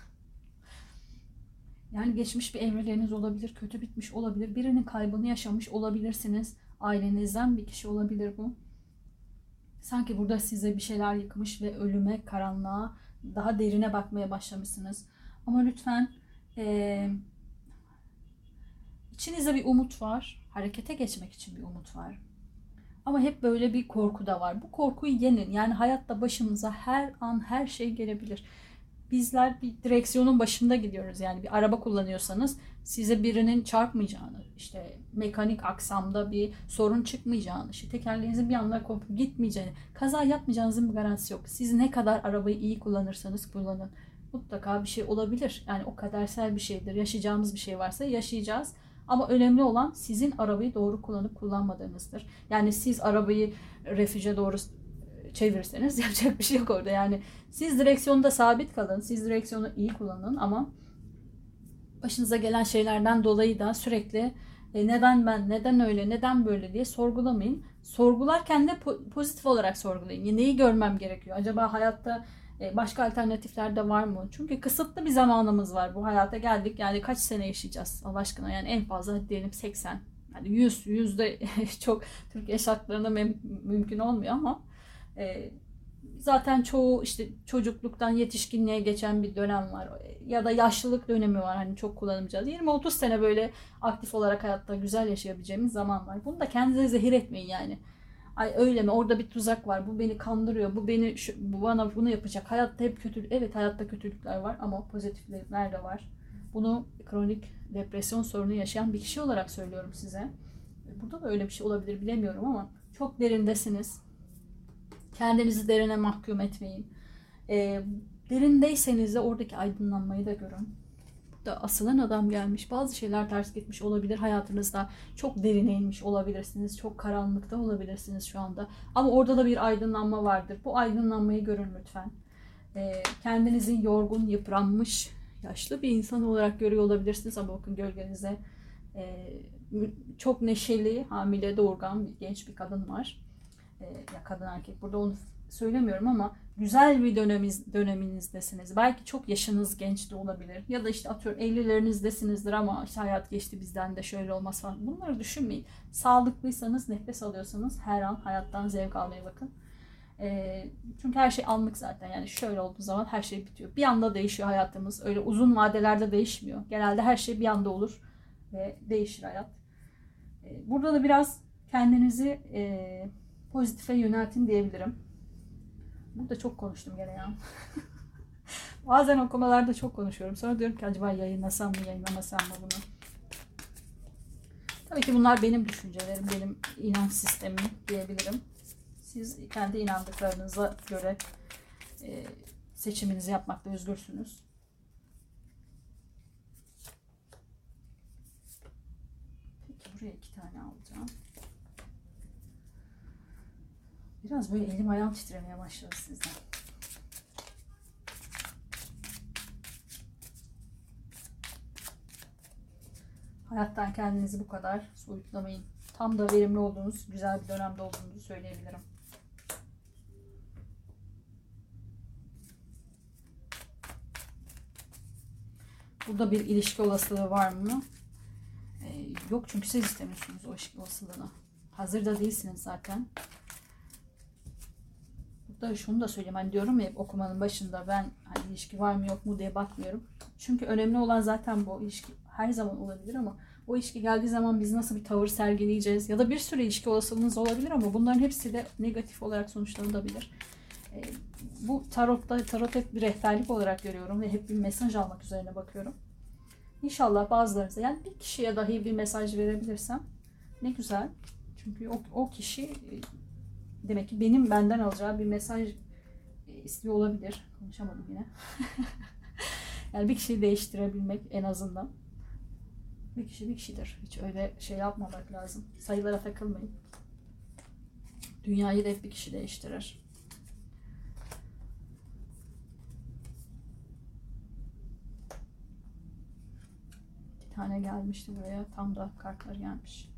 Yani geçmiş bir evliliğiniz olabilir, kötü bitmiş olabilir. Birinin kaybını yaşamış olabilirsiniz. Ailenizden bir kişi olabilir bu. Sanki burada size bir şeyler yıkmış ve ölüme, karanlığa, daha derine bakmaya başlamışsınız. Ama lütfen içinizde bir umut var. Harekete geçmek için bir umut var. Ama hep böyle bir korku da var. Bu korkuyu yenin. Yani hayatta başımıza her an her şey gelebilir. Bizler bir direksiyonun başında gidiyoruz. Yani bir araba kullanıyorsanız size birinin çarpmayacağını, işte mekanik aksamda bir sorun çıkmayacağını, işte tekerleğinizin bir anda kopup gitmeyeceğini, kaza yapmayacağınızın bir garantisi yok. Siz ne kadar arabayı iyi kullanırsanız kullanın. Mutlaka bir şey olabilir. Yani o kadersel bir şeydir. Yaşayacağımız bir şey varsa yaşayacağız. Ama önemli olan sizin arabayı doğru kullanıp kullanmadığınızdır. Yani siz arabayı refüje doğru çevirirseniz yapacak bir şey yok orada. Yani siz direksiyonda sabit kalın. Siz direksiyonu iyi kullanın ama başınıza gelen şeylerden dolayı da sürekli neden ben, neden öyle, neden böyle diye sorgulamayın. Sorgularken de pozitif olarak sorgulayın. Neyi görmem gerekiyor? Acaba hayatta başka alternatifler de var mı? Çünkü kısıtlı bir zamanımız var. Bu hayata geldik. Yani kaç sene yaşayacağız Allah aşkına? Yani en fazla diyelim 80. Yani yüzde çok Türkiye şartlarında mümkün olmuyor ama zaten çoğu işte çocukluktan yetişkinliğe geçen bir dönem var. Ya da yaşlılık dönemi var. Hani çok kullanımcı. 20-30 sene böyle aktif olarak hayatta güzel yaşayabileceğimiz zaman var. Bunu da kendinize zehir etmeyin yani. Ay öyle mi? Orada bir tuzak var. Bu beni kandırıyor. Bu bana bunu yapacak. Hayatta hep kötü. Evet, hayatta kötülükler var ama pozitifler de var. Bunu kronik depresyon sorunu yaşayan bir kişi olarak söylüyorum size. Burada da öyle bir şey olabilir, bilemiyorum ama çok derindesiniz. Kendinizi derine mahkum etmeyin. Derindeyseniz de oradaki aydınlanmayı da görün. Burada asılan adam gelmiş. Bazı şeyler ters gitmiş olabilir hayatınızda. Çok derine inmiş olabilirsiniz. Çok karanlıkta olabilirsiniz şu anda. Ama orada da bir aydınlanma vardır. Bu aydınlanmayı görün lütfen. Kendinizi yorgun, yıpranmış, yaşlı bir insan olarak görüyor olabilirsiniz. Ama bakın gölgenize çok neşeli, hamile, doğurgan bir genç bir kadın var. Ya kadın erkek burada onu söylemiyorum ama güzel bir döneminizdesiniz. Belki çok yaşınız genç de olabilir. Ya da işte atıyorum 50'lerinizdesinizdir ama işte hayat geçti bizden de şöyle olmaz falan. Bunları düşünmeyin. Sağlıklıysanız, nefes alıyorsanız her an hayattan zevk almaya bakın. Çünkü her şey anlık zaten. Yani şöyle olduğu zaman her şey bitiyor. Bir anda değişiyor hayatımız. Öyle uzun vadelerde değişmiyor. Genelde her şey bir anda olur ve değişir hayat. Burada da biraz kendinizi pozitife yöneltin diyebilirim. Burada çok konuştum gene ya. Bazen okumalarda çok konuşuyorum. Sonra diyorum ki acaba yayınlasam mı, yayınlamasam mı bunu? Tabii ki bunlar benim düşüncelerim, benim inanç sistemim diyebilirim. Siz kendi inandıklarınıza göre seçiminizi yapmakta özgürsünüz. Peki buraya 2 tane alacağım. Biraz böyle elim ayağım titremeye başladı sizden. Hayattan kendinizi bu kadar soyutlamayın. Tam da verimli olduğunuz, güzel bir dönemde olduğunuzu söyleyebilirim. Burada bir ilişki olasılığı var mı? Yok, çünkü siz istemiyorsunuz o ilişki olasılığını. Hazır da değilsiniz zaten. Burada şunu da söyleyeyim. Hani diyorum ya okumanın başında ben hani ilişki var mı yok mu diye bakmıyorum. Çünkü önemli olan zaten bu ilişki her zaman olabilir ama o ilişki geldiği zaman biz nasıl bir tavır sergileyeceğiz ya da bir sürü ilişki olasılığınız olabilir ama bunların hepsi de negatif olarak sonuçlanabilir. Bu tarot hep bir rehberlik olarak görüyorum ve hep bir mesaj almak üzerine bakıyorum. İnşallah bazılarınıza, yani bir kişiye dahi bir mesaj verebilirsem ne güzel. Çünkü o kişi demek ki benim benden alacağı bir mesaj istiyor olabilir. Konuşamadım yine. Yani bir kişiyi değiştirebilmek en azından. Bir kişi bir kişidir. Hiç öyle şey yapmamak lazım. Sayılara takılmayın. Dünyayı da hep bir kişi değiştirir. Bir tane gelmişti buraya. Tam da kartlar gelmiş.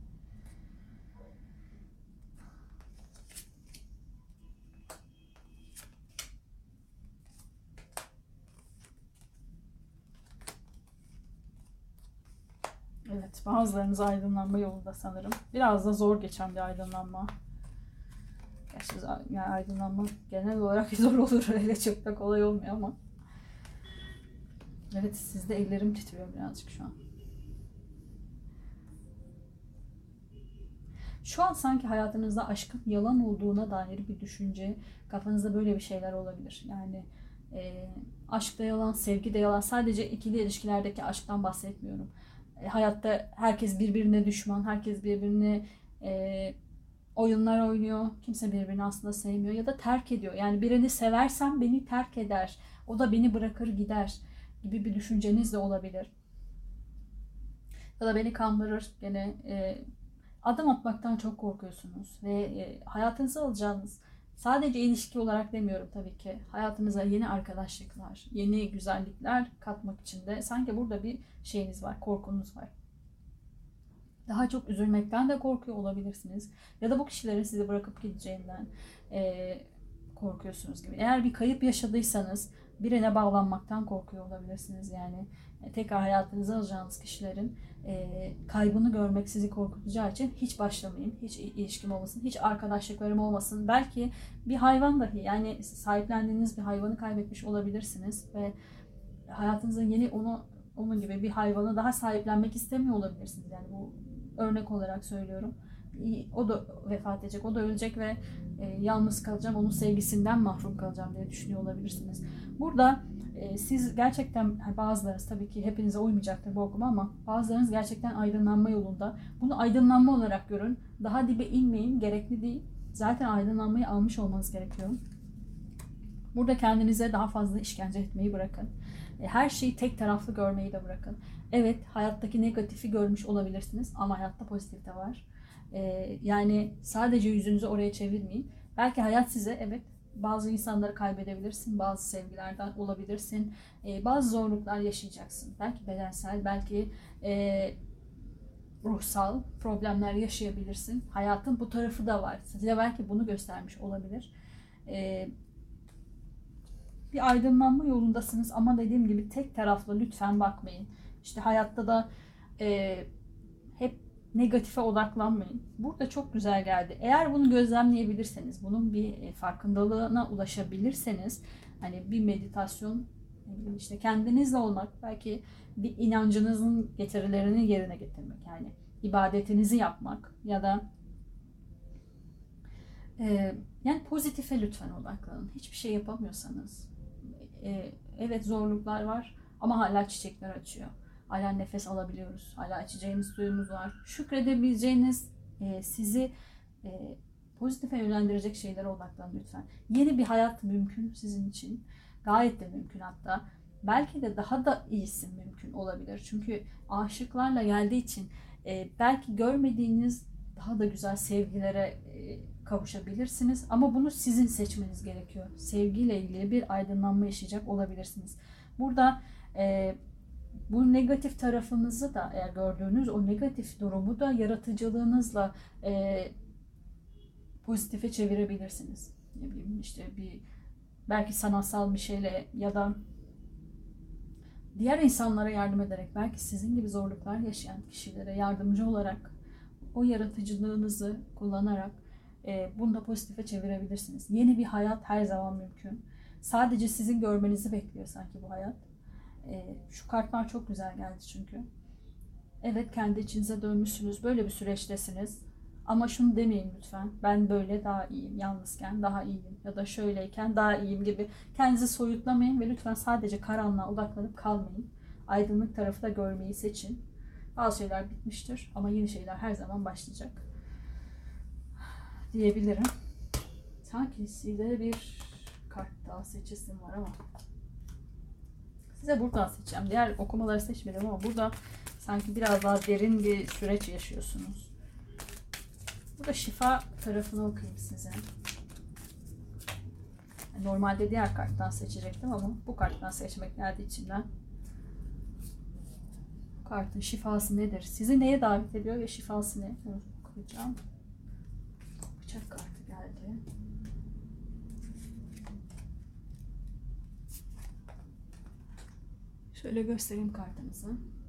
Evet, bazılarınız aydınlanma yolunda sanırım. Biraz da zor geçen bir aydınlanma. Gerçi yani aydınlanma genel olarak zor olur. Öyle çok da kolay olmuyor ama. Evet, sizde ellerim titriyor birazcık şu an. Şu an sanki hayatınızda aşkın yalan olduğuna dair bir düşünce, kafanızda böyle bir şeyler olabilir. Yani aşk da yalan, sevgi de yalan. Sadece ikili ilişkilerdeki aşktan bahsetmiyorum. Hayatta herkes birbirine düşman, herkes birbirine oyunlar oynuyor. Kimse birbirini aslında sevmiyor ya da terk ediyor. Yani birini seversem beni terk eder, o da beni bırakır gider gibi bir düşünceniz de olabilir. Ya da beni kandırır gene. Adım atmaktan çok korkuyorsunuz ve hayatınıza alacağınız, sadece ilişki olarak demiyorum tabii ki, hayatınıza yeni arkadaşlıklar, yeni güzellikler katmak için de sanki burada bir şeyiniz var, korkunuz var. Daha çok üzülmekten de korkuyor olabilirsiniz ya da bu kişilerin sizi bırakıp gideceğinden korkuyorsunuz gibi. Eğer bir kayıp yaşadıysanız birine bağlanmaktan korkuyor olabilirsiniz. Yani tekrar hayatınıza alacağınız kişilerin kaybını görmek sizi korkutacağı için hiç başlamayın. Hiç ilişkim olmasın, hiç arkadaşlıklarım olmasın. Belki bir hayvan dahi, yani sahiplendiğiniz bir hayvanı kaybetmiş olabilirsiniz ve hayatınıza yeni onun gibi bir hayvanı daha sahiplenmek istemiyor olabilirsiniz. Yani bu örnek olarak söylüyorum. O da vefat edecek, o da ölecek ve yalnız kalacağım, onun sevgisinden mahrum kalacağım diye düşünüyor olabilirsiniz. Burada siz gerçekten, bazılarınız, tabii ki hepinize uymayacaktır bu okuma, ama bazılarınız gerçekten aydınlanma yolunda. Bunu aydınlanma olarak görün. Daha dibe inmeyin, gerekli değil. Zaten aydınlanmayı almış olmanız gerekiyor. Burada kendinize daha fazla işkence etmeyi bırakın. Her şeyi tek taraflı görmeyi de bırakın. Evet, hayattaki negatifi görmüş olabilirsiniz ama hayatta pozitif de var. Yani sadece yüzünüzü oraya çevirmeyin. Belki hayat size, evet, bazı insanları kaybedebilirsin, bazı sevgilerden olabilirsin, bazı zorluklar yaşayacaksın. Belki bedensel, belki ruhsal problemler yaşayabilirsin. Hayatın bu tarafı da var. Size belki bunu göstermiş olabilir. Bir aydınlanma yolundasınız ama dediğim gibi tek taraflı lütfen bakmayın. İşte hayatta da hep negatife odaklanmayın. Burada çok güzel geldi. Eğer bunu gözlemleyebilirseniz, bunun bir farkındalığına ulaşabilirseniz, hani bir meditasyon, işte kendinizle olmak, belki bir inancınızın getirilerini yerine getirmek, yani ibadetinizi yapmak ya da yani pozitife lütfen odaklanın. Hiçbir şey yapamıyorsanız, evet zorluklar var ama hala çiçekler açıyor. Hala nefes alabiliyoruz. Hala içeceğimiz suyumuz var. Şükredebileceğiniz, sizi pozitife yönlendirecek şeylere odaklanın lütfen. Yeni bir hayat mümkün sizin için. Gayet de mümkün hatta. Belki de daha da iyisi mümkün olabilir. Çünkü aşıklarla geldiği için belki görmediğiniz daha da güzel sevgilere kavuşabilirsiniz. Ama bunu sizin seçmeniz gerekiyor. Sevgiyle ilgili bir aydınlanma yaşayacak olabilirsiniz. Burada bu negatif tarafınızı da, eğer gördüğünüz o negatif durumu da yaratıcılığınızla pozitife çevirebilirsiniz. Ne bileyim, işte belki sanatsal bir şeyle ya da diğer insanlara yardım ederek, belki sizin gibi zorluklar yaşayan kişilere yardımcı olarak, o yaratıcılığınızı kullanarak bunu da pozitife çevirebilirsiniz. Yeni bir hayat her zaman mümkün. Sadece sizin görmenizi bekliyor sanki bu hayat. Şu kartlar çok güzel geldi çünkü. Evet, kendi içinize dönmüşsünüz. Böyle bir süreçtesiniz. Ama şunu demeyin lütfen. Ben böyle daha iyiyim. Yalnızken daha iyiyim. Ya da şöyleyken daha iyiyim gibi. Kendinizi soyutlamayın ve lütfen sadece karanlığa odaklanıp kalmayın. Aydınlık tarafı da görmeyi seçin. Bazı şeyler bitmiştir ama yeni şeyler her zaman başlayacak diyebilirim. Sanki size bir kart daha seçesim var ama size buradan seçeceğim. Diğer okumaları seçmedim ama burada sanki biraz daha derin bir süreç yaşıyorsunuz. Burada şifa tarafını okuyayım size. Normalde diğer karttan seçecektim ama bu karttan seçmek geldi içimden. Bu kartın şifası nedir? Sizi neye davet ediyor ve şifası ne? Bunu okuyacağım. Bıçak kartı geldi. Şöyle göstereyim kartınızı.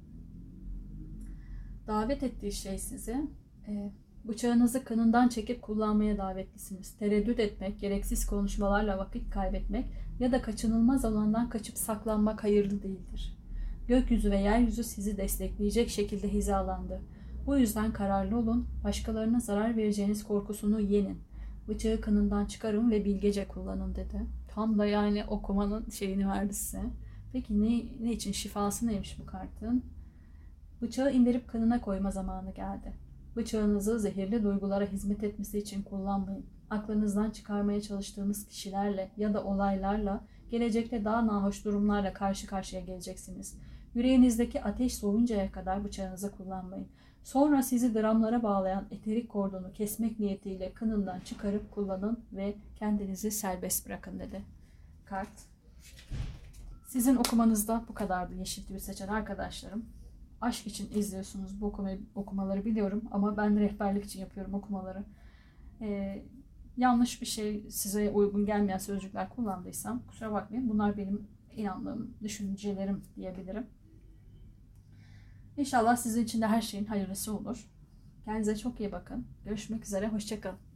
Davet ettiği şey sizi, bıçağınızı kanından çekip kullanmaya davetlisiniz. Tereddüt etmek, gereksiz konuşmalarla vakit kaybetmek ya da kaçınılmaz alandan kaçıp saklanmak hayırlı değildir. Gökyüzü ve yeryüzü sizi destekleyecek şekilde hizalandı. Bu yüzden kararlı olun, başkalarına zarar vereceğiniz korkusunu yenin. Bıçağı kanından çıkarın ve bilgece kullanın dedi. Tam da yani okumanın şeyini verdi size. Peki ne için, şifası neymiş bu kartın? Bıçağı indirip kanına koyma zamanı geldi. Bıçağınızı zehirli duygulara hizmet etmesi için kullanmayın. Aklınızdan çıkarmaya çalıştığınız kişilerle ya da olaylarla gelecekte daha nahoş durumlarla karşı karşıya geleceksiniz. Yüreğinizdeki ateş soğuncaya kadar bıçağınızı kullanmayın. Sonra sizi dramlara bağlayan eterik kordonu kesmek niyetiyle kanından çıkarıp kullanın ve kendinizi serbest bırakın dedi kart. Sizin okumanızda bu kadardı yeşil tüyü seçen arkadaşlarım. Aşk için izliyorsunuz bu okumaları biliyorum ama ben rehberlik için yapıyorum okumaları. yanlış bir şey, size uygun gelmeyen sözcükler kullandıysam kusura bakmayın. Bunlar benim inandığım düşüncelerim diyebilirim. İnşallah sizin için de her şeyin hayırlısı olur. Kendinize çok iyi bakın. Görüşmek üzere. Hoşça kalın.